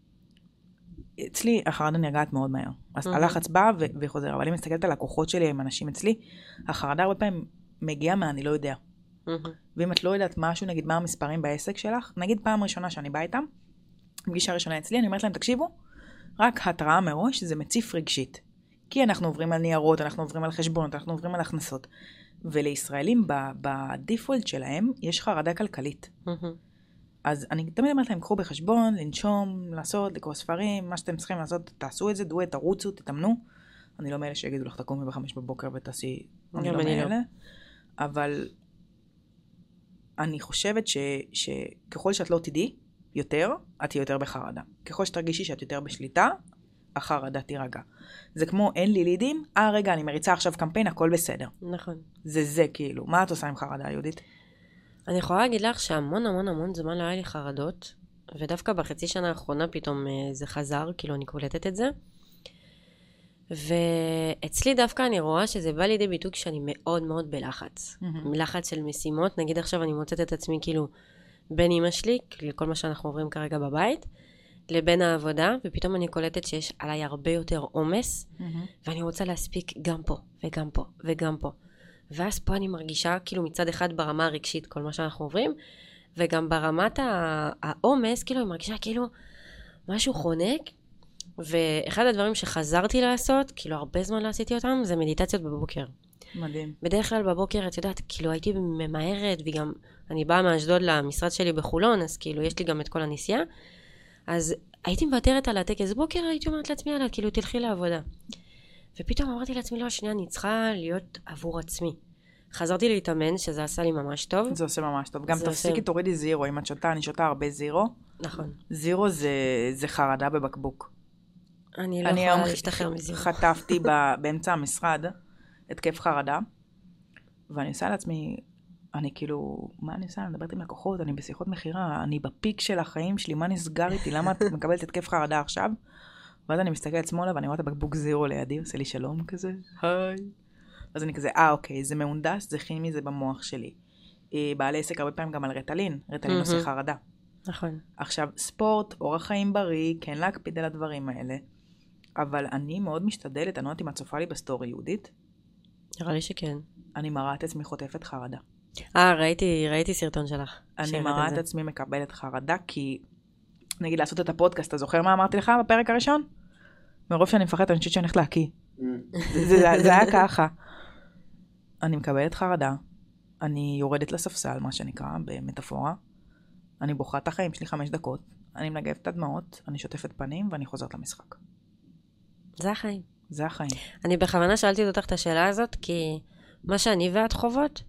אצלי החרדה נרגעת מאוד מהר. אז הלחץ בא וחוזר, אבל אם מסתכלת על לקוחות שלי, עם אנשים אצלי, החרדה הרבה פעמים מגיעה מה אני לא יודע. ואם את לא יודעת משהו, נגיד מה המספרים בעסק שלך, נגיד פעם ראשונה שאני באה איתם, פגישה ראשונה אצלי, אני אומרת להם, תקשיבו, רק התראה מראש, זה מציף רגשית. כי אנחנו עוברים על ניירות, אנחנו עוברים על חשבונות, אנחנו עוברים על הכנסות. ולישראלים, בדיפולט שלהם, יש חרדה כלכלית. אז אני תמיד אומרת להם, קחו בחשבון, לנשום, לעשות, לקרוא ספרים, מה שאתם צריכים לעשות, תעשו את זה, דו את, תרוצו, תתאמנו. אני לא מאלה שיגידו לך, תקומי בחמש בבוקר ותעשי, אני לא מאלה. אבל אני חושבת שככל שאת לא תדעי יותר, את תהיה יותר בחרדה. ככל שתרגישי שאת יותר בשליטה, החרדה תירגע. זה כמו, אין לי לידים, אה רגע, אני מריצה עכשיו קמפיין, הכל בסדר. נכון. זה זה כאילו. מה את עושה עם חרדה, יהודית? אני יכולה להגיד לך שהמון המון המון זמן לא היה לי חרדות, ודווקא בחצי שנה האחרונה פתאום זה חזר, כאילו אני קולטת את זה. ואצלי דווקא אני רואה שזה בא לידי ביטוי שאני מאוד מאוד בלחץ. לחץ של משימות, נגיד עכשיו אני מוצאת את עצמי כאילו בין אמא שלי, כאילו כל מה שאנחנו עוברים כרגע בבית, לבין העבודה, ופתאום אני קולטת שיש עליי הרבה יותר עומס, ואני רוצה להספיק גם פה, וגם פה, וגם פה. ואז פה אני מרגישה כאילו מצד אחד ברמה הרגשית כל מה שאנחנו עוברים, וגם ברמת העומס, כאילו אני מרגישה כאילו משהו חונק, ואחד הדברים שחזרתי לעשות, כאילו הרבה זמן לא עשיתי אותם, זה מדיטציות בבוקר. מדהים. בדרך כלל בבוקר, את יודעת, כאילו הייתי ממהרת, וגם אני באה מאשדוד למשרד שלי בחולון, אז כאילו יש לי גם את כל הנסיעה, אז הייתי מוותרת על הטקס בוקר, הייתי אומרת לעצמי, עלה, כאילו תלכי לעבודה. ופתאום אמרתי לעצמי, לא, שנייה, אני צריכה להיות עבור עצמי. חזרתי להתאמן, שזה עשה לי ממש טוב. זה עושה ממש טוב. גם תפסיקי, עושה... תורידי זירו. אם את שותה, אני שותה הרבה זירו. נכון. זירו זה, זה חרדה בבקבוק. אני לא אני יכולה להשתחרר מזירו. חטפתי באמצע המשרד התקף חרדה, ואני עושה לעצמי, אני כאילו, מה אני עושה? אני מדברת עם לקוחות, אני בשיחות מחירה, אני בפיק של החיים שלי, מה נסגר איתי? למה את מקבלת התקף חרדה עכשיו? ואז אני מסתכלת שמאלה, ואני רואה את הבקבוק זירו לידי, עושה לי שלום כזה, היי. אז אני כזה, אה, אוקיי, זה מהונדס, זה כימי, זה במוח שלי. בעלי עסק הרבה פעמים גם על רטלין, רטלין עושה חרדה. נכון. עכשיו, ספורט, אורח חיים בריא, כן להקפיד על הדברים האלה, אבל אני מאוד משתדלת, אני לא יודעת אם את צופה לי בסטורי יהודית. נראה לי שכן. אני מראה את עצמי חוטפת חרדה. אה, ראיתי, ראיתי סרטון שלך. אני מראה את עצמי מקבלת חרדה, כי נגיד לעשות את הפודקאסט, אתה זוכר מה אמרתי לך בפרק הראשון? מרוב שאני מפחדת, אני חושבת שאני הולכת להקיא. זה, זה היה ככה. אני מקבלת חרדה, אני יורדת לספסל, מה שנקרא, במטאפורה, אני בוכה את החיים שלי חמש דקות, אני מנגבת את הדמעות, אני שוטפת פנים, ואני חוזרת למשחק. זה החיים. זה החיים. אני בכוונה שאלתי אותך את השאלה הזאת, כי מה שאני ואת חוות,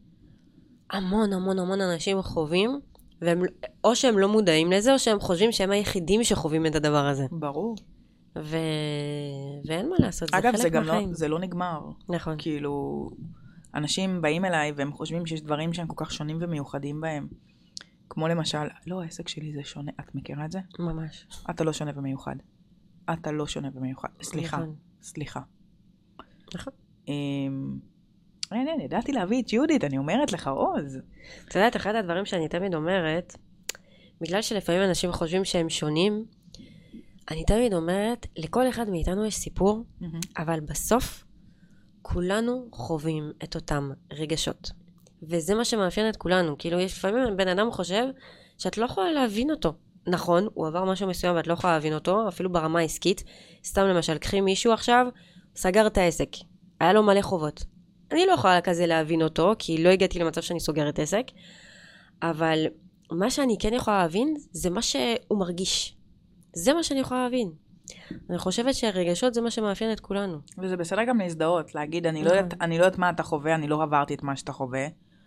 המון המון המון אנשים חווים, והם, או שהם לא מודעים לזה, או שהם חושבים שהם היחידים שחווים את הדבר הזה. ברור. ו... ואין מה לעשות, זה אגב, חלק זה גם מהחיים. לא, זה לא נגמר. נכון. כאילו, אנשים באים אליי והם חושבים שיש דברים שהם כל כך שונים ומיוחדים בהם. כמו למשל, לא, העסק שלי זה שונה. את מכירה את זה? ממש. אתה לא שונה ומיוחד. אתה לא שונה ומיוחד. סליחה. נכון. סליחה. נכון. אין, אין, ידעתי להביא את יהודית, אני אומרת לך, עוז. אתה יודעת, אחד הדברים שאני תמיד אומרת, בגלל שלפעמים אנשים חושבים שהם שונים, אני תמיד אומרת, לכל אחד מאיתנו יש סיפור, אבל בסוף כולנו חווים את אותם רגשות. וזה מה שמאפיין את כולנו. כאילו, יש לפעמים בן אדם חושב שאת לא יכולה להבין אותו. נכון, הוא עבר משהו מסוים ואת לא יכולה להבין אותו, אפילו ברמה העסקית. סתם למשל, קחי מישהו עכשיו, סגר את העסק. היה לו מלא חובות. אני לא יכולה כזה להבין אותו, כי לא הגעתי למצב שאני סוגרת עסק. אבל מה שאני כן יכולה להבין, זה מה שהוא מרגיש. זה מה שאני יכולה להבין. אני חושבת שהרגשות זה מה שמאפיין את כולנו. וזה בסדר גם להזדהות, להגיד, אני לא יודעת, אני לא יודעת מה אתה חווה, אני לא עברתי את מה שאתה חווה.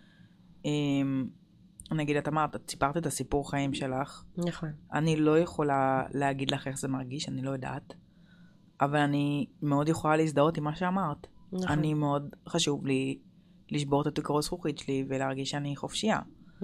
נגיד, את אמרת, את סיפרת את הסיפור חיים שלך. נכון. אני לא יכולה להגיד לך איך זה מרגיש, אני לא יודעת. אבל אני מאוד יכולה להזדהות עם מה שאמרת. נכון. אני מאוד חשוב לי לשבור את התקרות זכוכית שלי ולהרגיש שאני חופשייה.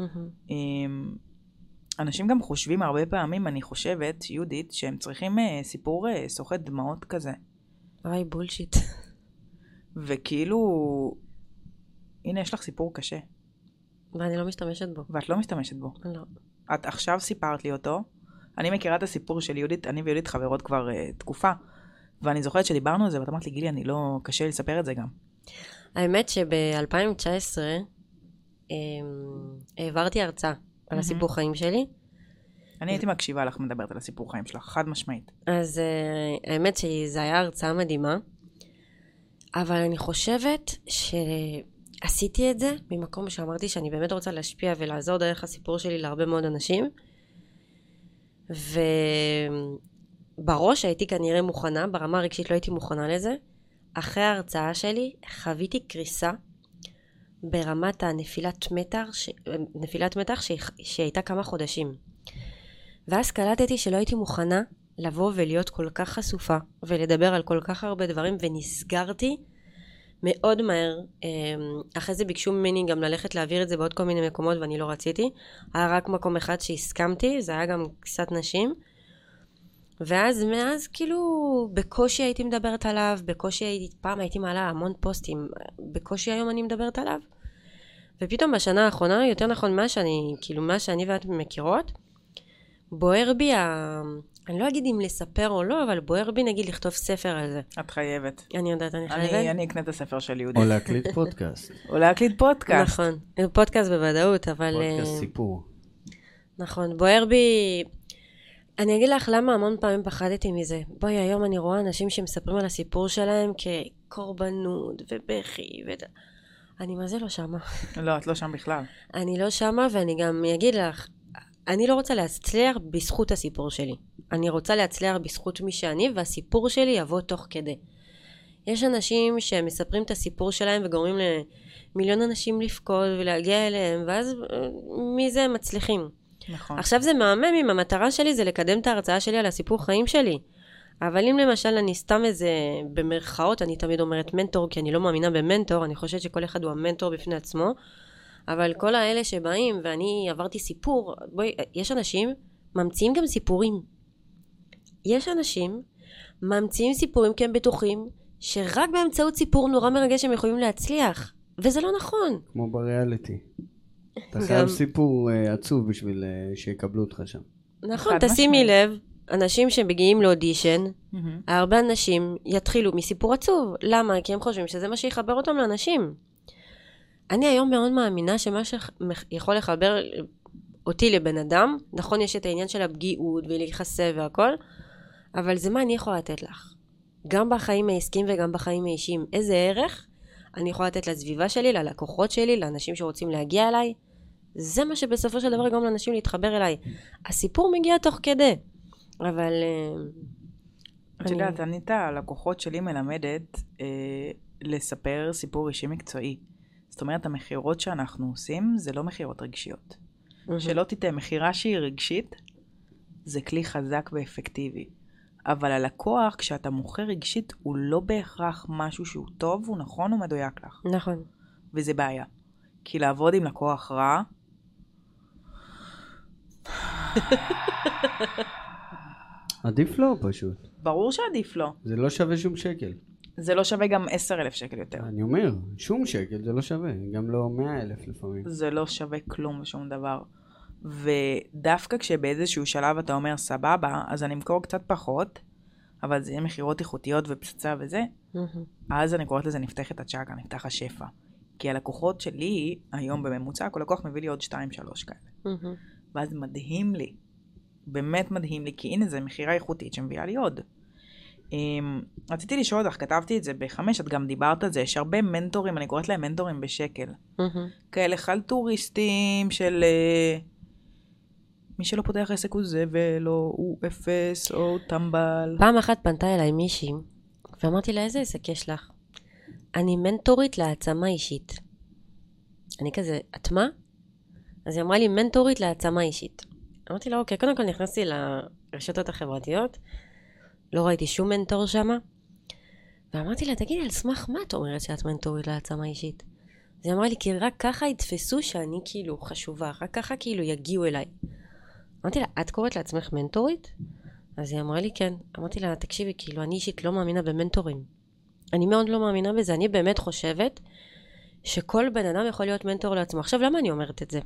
אנשים גם חושבים הרבה פעמים, אני חושבת, יהודית, שהם צריכים סיפור סוחט דמעות כזה. אוי, בולשיט. וכאילו, הנה, יש לך סיפור קשה. ואני לא משתמשת בו. ואת לא משתמשת בו. לא. את עכשיו סיפרת לי אותו. אני מכירה את הסיפור של יהודית, אני ויהודית חברות כבר uh, תקופה. ואני זוכרת שדיברנו על זה, ואת אמרת לי, גילי, אני לא, קשה לספר את זה גם. האמת שב-אלפיים תשע עשרה um, העברתי הרצאה על הסיפור חיים שלי. אני הייתי מקשיבה לך מדברת על הסיפור חיים שלך, חד משמעית. אז uh, האמת שזה היה הרצאה מדהימה. אבל אני חושבת שעשיתי את זה ממקום שאמרתי שאני באמת רוצה להשפיע ולעזור דרך הסיפור שלי להרבה מאוד אנשים. ובראש הייתי כנראה מוכנה, ברמה הרגשית לא הייתי מוכנה לזה. אחרי ההרצאה שלי חוויתי קריסה ברמת הנפילת מתח, ש... נפילת מתח שהיא... שהייתה כמה חודשים. ואז קלטתי שלא הייתי מוכנה לבוא ולהיות כל כך חשופה ולדבר על כל כך הרבה דברים, ונסגרתי מאוד מהר. אחרי זה ביקשו ממני גם ללכת להעביר את זה בעוד כל מיני מקומות ואני לא רציתי. היה רק מקום אחד שהסכמתי, זה היה גם קצת נשים. ואז מאז כאילו בקושי הייתי מדברת עליו, בקושי הייתי, פעם הייתי מעלה המון פוסטים, בקושי היום אני מדברת עליו. ופתאום בשנה האחרונה, יותר נכון מה שאני, כאילו מה שאני ואת מכירות, בוער בי, ה... אני לא אגיד אם לספר או לא, אבל בוער בי נגיד לכתוב ספר על זה. את חייבת. אני יודעת, אני חייבת. אני, אני אקנה את הספר של יהודית. או להקליט פודקאסט. או להקליט פודקאסט. נכון, פודקאסט בוודאות, אבל... פודקאסט סיפור. נכון, בוער בי... אני אגיד לך למה המון פעמים פחדתי מזה. בואי, היום אני רואה אנשים שמספרים על הסיפור שלהם כקורבנות ובכי ו... אני מה זה לא שמה. לא, את לא שם בכלל. אני לא שמה, ואני גם אגיד לך, אני לא רוצה להצליח בזכות הסיפור שלי. אני רוצה להצליח בזכות מי שאני, והסיפור שלי יבוא תוך כדי. יש אנשים שמספרים את הסיפור שלהם וגורמים למיליון אנשים לפקוד ולהגיע אליהם, ואז מזה הם מצליחים. נכון. עכשיו זה מהמם אם המטרה שלי זה לקדם את ההרצאה שלי על הסיפור חיים שלי. אבל אם למשל אני סתם איזה, במרכאות, אני תמיד אומרת מנטור, כי אני לא מאמינה במנטור, אני חושבת שכל אחד הוא המנטור בפני עצמו, אבל כל האלה שבאים ואני עברתי סיפור, בואי, יש אנשים ממציאים גם סיפורים. יש אנשים ממציאים סיפורים כי הם בטוחים שרק באמצעות סיפור נורא מרגש הם יכולים להצליח, וזה לא נכון. כמו בריאליטי. אתה חייב סיפור uh, עצוב בשביל uh, שיקבלו אותך שם. נכון, תשימי לב, אנשים שמגיעים לאודישן, mm-hmm. הרבה אנשים יתחילו מסיפור עצוב. למה? כי הם חושבים שזה מה שיחבר אותם לאנשים. אני היום מאוד מאמינה שמה שיכול לחבר אותי לבן אדם, נכון, יש את העניין של הפגיעות ולהיחשף והכל, אבל זה מה אני יכולה לתת לך. גם בחיים העסקיים וגם בחיים האישיים. איזה ערך אני יכולה לתת לסביבה שלי, ללקוחות שלי, לאנשים שרוצים להגיע אליי. זה מה שבסופו של דבר גם לאנשים להתחבר אליי. הסיפור מגיע תוך כדי. אבל... את יודעת, אני את הלקוחות שלי מלמדת אה, לספר סיפור אישי מקצועי. זאת אומרת, המחירות שאנחנו עושים זה לא מחירות רגשיות. Mm-hmm. שלא תיתן, מחירה שהיא רגשית, זה כלי חזק ואפקטיבי. אבל הלקוח, כשאתה מוכר רגשית, הוא לא בהכרח משהו שהוא טוב, הוא נכון, הוא מדויק לך. נכון. וזה בעיה. כי לעבוד עם לקוח רע, עדיף לא פשוט. ברור שעדיף לא. זה לא שווה שום שקל. זה לא שווה גם עשר אלף שקל יותר. אני אומר, שום שקל זה לא שווה, גם לא מאה אלף לפעמים. זה לא שווה כלום ושום דבר. ודווקא כשבאיזשהו שלב אתה אומר סבבה, אז אני אמכור קצת פחות, אבל זה יהיה מחירות איכותיות ופצצה וזה, אז אני קוראת לזה נפתח את הצ'אקה, נפתח השפע. כי הלקוחות שלי, היום בממוצע, כל לקוח מביא לי עוד שתיים שלוש כאלה. ואז מדהים לי, באמת מדהים לי, כי הנה זה מחירה איכותית שמביאה לי עוד. רציתי לשאול אותך, כתבתי את זה בחמש, את גם דיברת על זה, יש הרבה מנטורים, אני קוראת להם מנטורים בשקל. כאלה חלטוריסטים של מי שלא פותח עסק הוא זבל, או הוא אפס, או טמבל. פעם אחת פנתה אליי מישהי, ואמרתי לה, איזה עסק יש לך? אני מנטורית להעצמה אישית. אני כזה, את מה? אז היא אמרה לי, מנטורית להעצמה אישית. אמרתי לה, אוקיי, קודם כל נכנסתי לרשתות החברתיות, לא ראיתי שום מנטור שם, ואמרתי לה, תגידי, על סמך מה את אומרת שאת מנטורית להעצמה אישית? אז היא אמרה לי, כי רק ככה יתפסו שאני כאילו חשובה, רק ככה כאילו יגיעו אליי. אמרתי לה, את קוראת לעצמך מנטורית? אז היא אמרה לי, כן. אמרתי לה, תקשיבי, כאילו, אני אישית לא מאמינה במנטורים. אני מאוד לא מאמינה בזה. אני באמת חושבת שכל בן אדם יכול להיות מנטור לעצמו. עכשיו, למה אני אומרת את זה?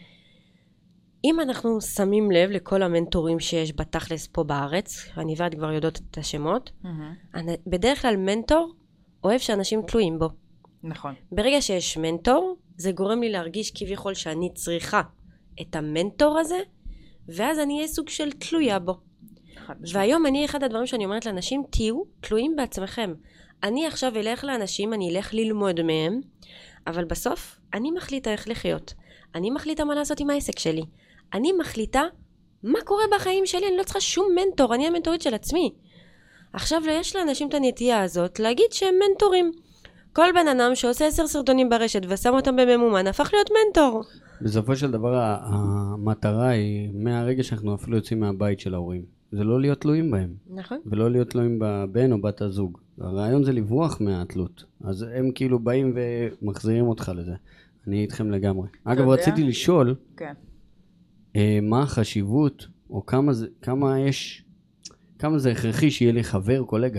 אם אנחנו שמים לב לכל המנטורים שיש בתכלס פה בארץ, אני ואת כבר יודעות את השמות, mm-hmm. אני, בדרך כלל מנטור אוהב שאנשים תלויים בו. נכון. ברגע שיש מנטור, זה גורם לי להרגיש כביכול שאני צריכה את המנטור הזה, ואז אני אהיה סוג של תלויה בו. והיום אני, אחד הדברים שאני אומרת לאנשים, תהיו תלויים בעצמכם. אני עכשיו אלך לאנשים, אני אלך ללמוד מהם, אבל בסוף אני מחליטה איך לחיות. אני מחליטה מה לעשות עם העסק שלי. אני מחליטה מה קורה בחיים שלי, אני לא צריכה שום מנטור, אני המנטורית של עצמי. עכשיו לא יש לאנשים את הנטייה הזאת להגיד שהם מנטורים. כל בן אדם שעושה עשר סרטונים ברשת ושם אותם בממומן, הפך להיות מנטור. בסופו של דבר המטרה היא, מהרגע שאנחנו אפילו יוצאים מהבית של ההורים, זה לא להיות תלויים בהם. נכון. ולא להיות תלויים בבן או בת הזוג. הרעיון זה לברוח מהתלות. אז הם כאילו באים ומחזירים אותך לזה. אני איתכם לגמרי. אגב, רציתי לשאול, כן. אה, מה החשיבות, או כמה זה, כמה יש, כמה זה הכרחי שיהיה לי חבר, קולגה.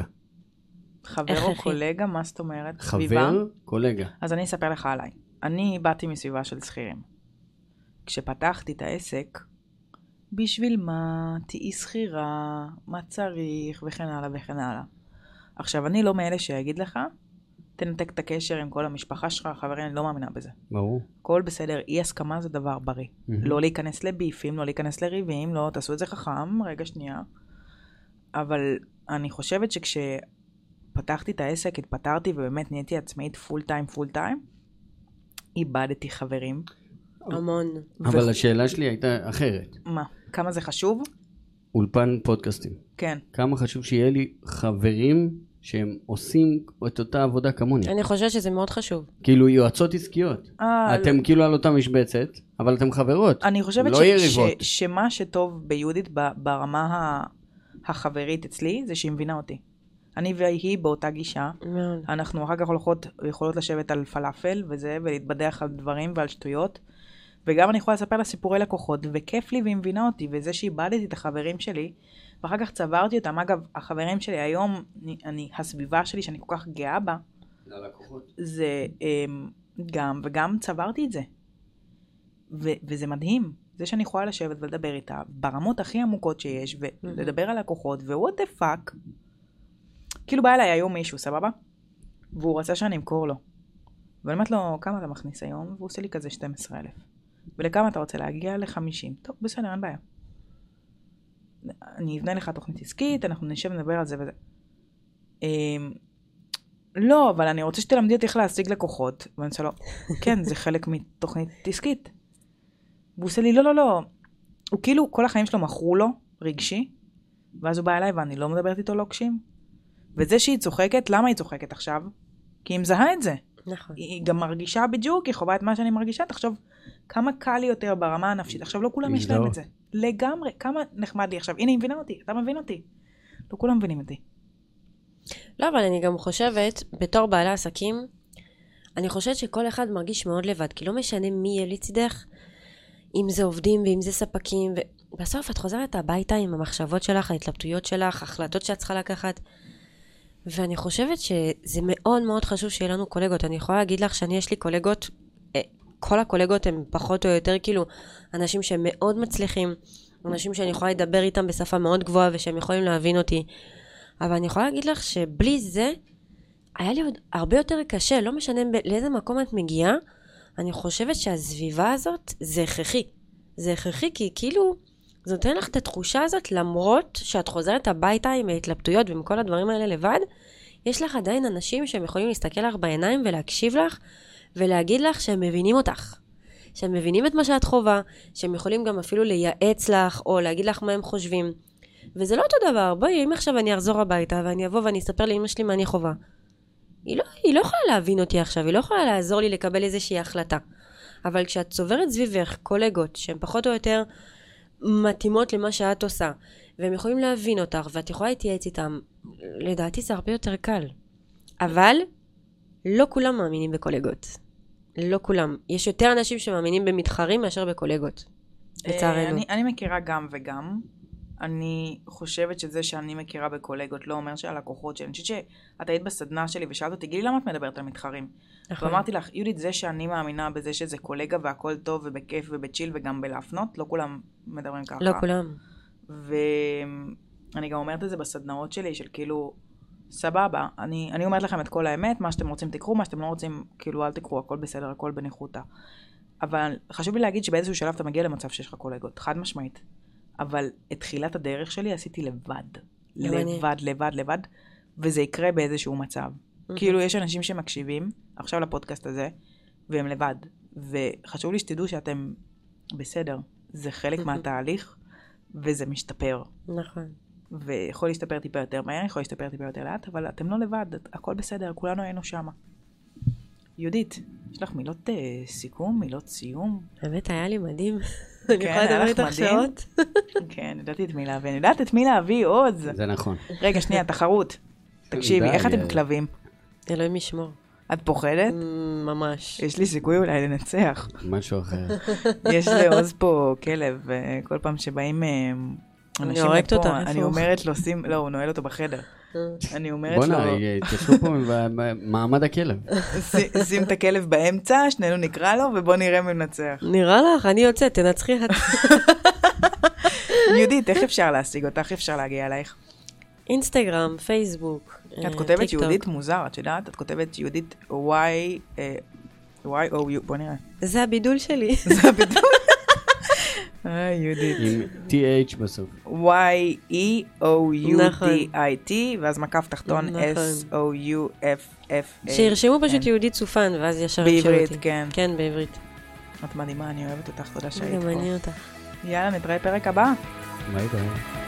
חבר או קולגה? מה זאת אומרת? חבר, קולגה. אז אני אספר לך עליי. אני באתי מסביבה של שכירים. כשפתחתי את העסק, בשביל מה, תהי שכירה, מה צריך, וכן הלאה וכן הלאה. עכשיו, אני לא מאלה שיגיד לך, תנתק את הקשר עם כל המשפחה שלך, חברים, אני לא מאמינה בזה. ברור. הכל בסדר, אי הסכמה זה דבר בריא. Mm-hmm. לא להיכנס לביפים, לא להיכנס לריבים, לא, תעשו את זה חכם, רגע שנייה. אבל אני חושבת שכשפתחתי את העסק, התפטרתי ובאמת נהייתי עצמאית פול טיים, פול טיים, איבדתי חברים. המון. אבל השאלה שלי הייתה אחרת. מה? כמה זה חשוב? אולפן פודקאסטים. כן. כמה חשוב שיהיה לי חברים שהם עושים את אותה עבודה כמוני. אני חושבת שזה מאוד חשוב. כאילו יועצות עסקיות. אתם כאילו על אותה משבצת, אבל אתם חברות. אני חושבת שמה שטוב ביהודית ברמה החברית אצלי, זה שהיא מבינה אותי. אני והיא באותה גישה. אנחנו אחר כך יכולות לשבת על פלאפל וזה, ולהתבדח על דברים ועל שטויות. וגם אני יכולה לספר לה סיפורי לקוחות, וכיף לי והיא מבינה אותי, וזה שאיבדתי את החברים שלי, ואחר כך צברתי אותם. אגב, החברים שלי היום, אני, אני, הסביבה שלי שאני כל כך גאה בה, זה um, גם, וגם צברתי את זה. ו, וזה מדהים. זה שאני יכולה לשבת ולדבר איתה, ברמות הכי עמוקות שיש, ולדבר על לקוחות, ו-what the fuck. כאילו בא אליי היום מישהו, סבבה? והוא רצה שאני אמכור לו. ואני אומרת לו, כמה אתה מכניס היום? והוא עושה לי כזה שנים עשר אלף. ולכמה אתה רוצה להגיע? ל-חמישים. טוב, בסדר, אין בעיה. אני אבנה לך תוכנית עסקית, אנחנו נשב ונדבר על זה וזה. לא, אבל אני רוצה שתלמדי אותי איך להשיג לקוחות. ואני עושה לו, כן, זה חלק מתוכנית עסקית. והוא עושה לי, לא, לא, לא. הוא כאילו, כל החיים שלו מכרו לו, רגשי, ואז הוא בא אליי ואני לא מדברת איתו לוקשים. וזה שהיא צוחקת, למה היא צוחקת עכשיו? כי היא מזהה את זה. נכון. היא גם מרגישה בדיוק, היא חובה את מה שאני מרגישה, תחשוב כמה קל לי יותר ברמה הנפשית. עכשיו לא כולם יש להם את זה. לגמרי, כמה נחמד לי עכשיו. הנה, היא מבינה אותי, אתה מבין אותי. לא כולם מבינים אותי. לא, אבל אני גם חושבת, בתור בעלי עסקים, אני חושבת שכל אחד מרגיש מאוד לבד, כי לא משנה מי יהיה לצידך, אם זה עובדים ואם זה ספקים, ובסוף את חוזרת הביתה עם המחשבות שלך, ההתלבטויות שלך, החלטות שאת צריכה לקחת, ואני חושבת שזה מאוד מאוד חשוב שיהיה לנו קולגות. אני יכולה להגיד לך שאני יש לי קולגות, כל הקולגות הם פחות או יותר כאילו אנשים שהם מאוד מצליחים, אנשים שאני יכולה לדבר איתם בשפה מאוד גבוהה ושהם יכולים להבין אותי. אבל אני יכולה להגיד לך שבלי זה היה לי עוד הרבה יותר קשה, לא משנה לאיזה מקום את מגיעה, אני חושבת שהסביבה הזאת זה הכרחי. זה הכרחי כי כאילו זה נותן לך את התחושה הזאת, למרות שאת חוזרת הביתה עם ההתלבטויות ועם כל הדברים האלה לבד, יש לך עדיין אנשים שהם יכולים להסתכל לך בעיניים ולהקשיב לך, ולהגיד לך שהם מבינים אותך. שהם מבינים את מה שאת חובה, שהם יכולים גם אפילו לייעץ לך, או להגיד לך מה הם חושבים. וזה לא אותו דבר. בואי, אם עכשיו אני אחזור הביתה, ואני אבוא ואני אספר לאמא שלי מה אני חובה. היא לא, היא לא יכולה להבין אותי עכשיו, היא לא יכולה לעזור לי לקבל איזושהי החלטה. אבל כשאת צוברת סביבך קולגות, שהן פחות או יותר מתאימות למה שאת עושה, והם יכולים להבין אותך, ואת יכולה להתייעץ איתם, לדעתי זה הרבה יותר קל. אבל לא כולם מאמינים בקולגות. לא כולם. יש יותר אנשים שמאמינים במתחרים מאשר בקולגות. לצערנו. אני, אני מכירה גם וגם. אני חושבת שזה שאני מכירה בקולגות לא אומר שהלקוחות שלי. אני חושבת שאת היית בסדנה שלי ושאלת אותי, גילי, למה את מדברת על מתחרים? נכון. ואמרתי לך, יהודית, זה שאני מאמינה בזה שזה קולגה והכל טוב ובכיף ובצ'יל וגם בלהפנות, לא כולם מדברים ככה. לא כולם. ואני גם אומרת את זה בסדנאות שלי, של כאילו, סבבה, אני, אני אומרת לכם את כל האמת, מה שאתם רוצים תקחו, מה שאתם לא רוצים, כאילו אל תקחו, הכל בסדר, הכל בניחותה. אבל חשוב לי להגיד שבאיזשהו שלב אתה מגיע למצב שיש לך קולגות, חד משמעית. אבל את תחילת הדרך שלי עשיתי לבד. לבד, לבד, לבד, וזה יקרה באיזשהו מצב. כאילו יש אנשים שמקשיבים, עכשיו לפודקאסט הזה, והם לבד. וחשוב לי שתדעו שאתם בסדר. זה חלק מהתהליך, וזה משתפר. נכון. ויכול להשתפר טיפה יותר מהר, יכול להשתפר טיפה יותר לאט, אבל אתם לא לבד, הכל בסדר, כולנו היינו שמה. יהודית, יש לך מילות uh, סיכום, מילות סיום? באמת היה לי מדהים. אני יכולה לדבר איתך שעות? כן, ידעתי את מי להביא, אני יודעת את מי להביא עוד. זה נכון. רגע, שנייה, תחרות. תקשיבי, איך אתם כלבים? אלוהים ישמור. את פוחדת? ממש. יש לי סיכוי אולי לנצח. משהו אחר. יש לעוז פה כלב, וכל פעם שבאים אנשים לפה, אני אומרת לו, שים, לא, הוא נועל אותו בחדר. אני אומרת לו... בוא נראה, תשאו פה במעמד הכלב. שים את הכלב באמצע, שנינו נקרא לו, ובוא נראה מי מנצח. נראה לך, אני יוצאת, תנצחי. יהודית, איך אפשר להשיג אותך? איך אפשר להגיע אלייך? אינסטגרם, פייסבוק, טיקטוק. את כותבת יהודית מוזר, את יודעת? את כותבת יהודית Y, Y O U, בוא נראה. זה הבידול שלי. זה הבידול. אה, יהודית. עם T H בסוף. Y E O U D I T, ואז מקף תחתון S O U F F A. שירשמו פשוט יהודית סופן, ואז ישר ישאר אותי. בעברית, כן. כן, בעברית. את מדהימה, אני אוהבת אותך, תודה שהיית פה. גם אני אותך. יאללה, נתראה פרק הבא. ביי ביי.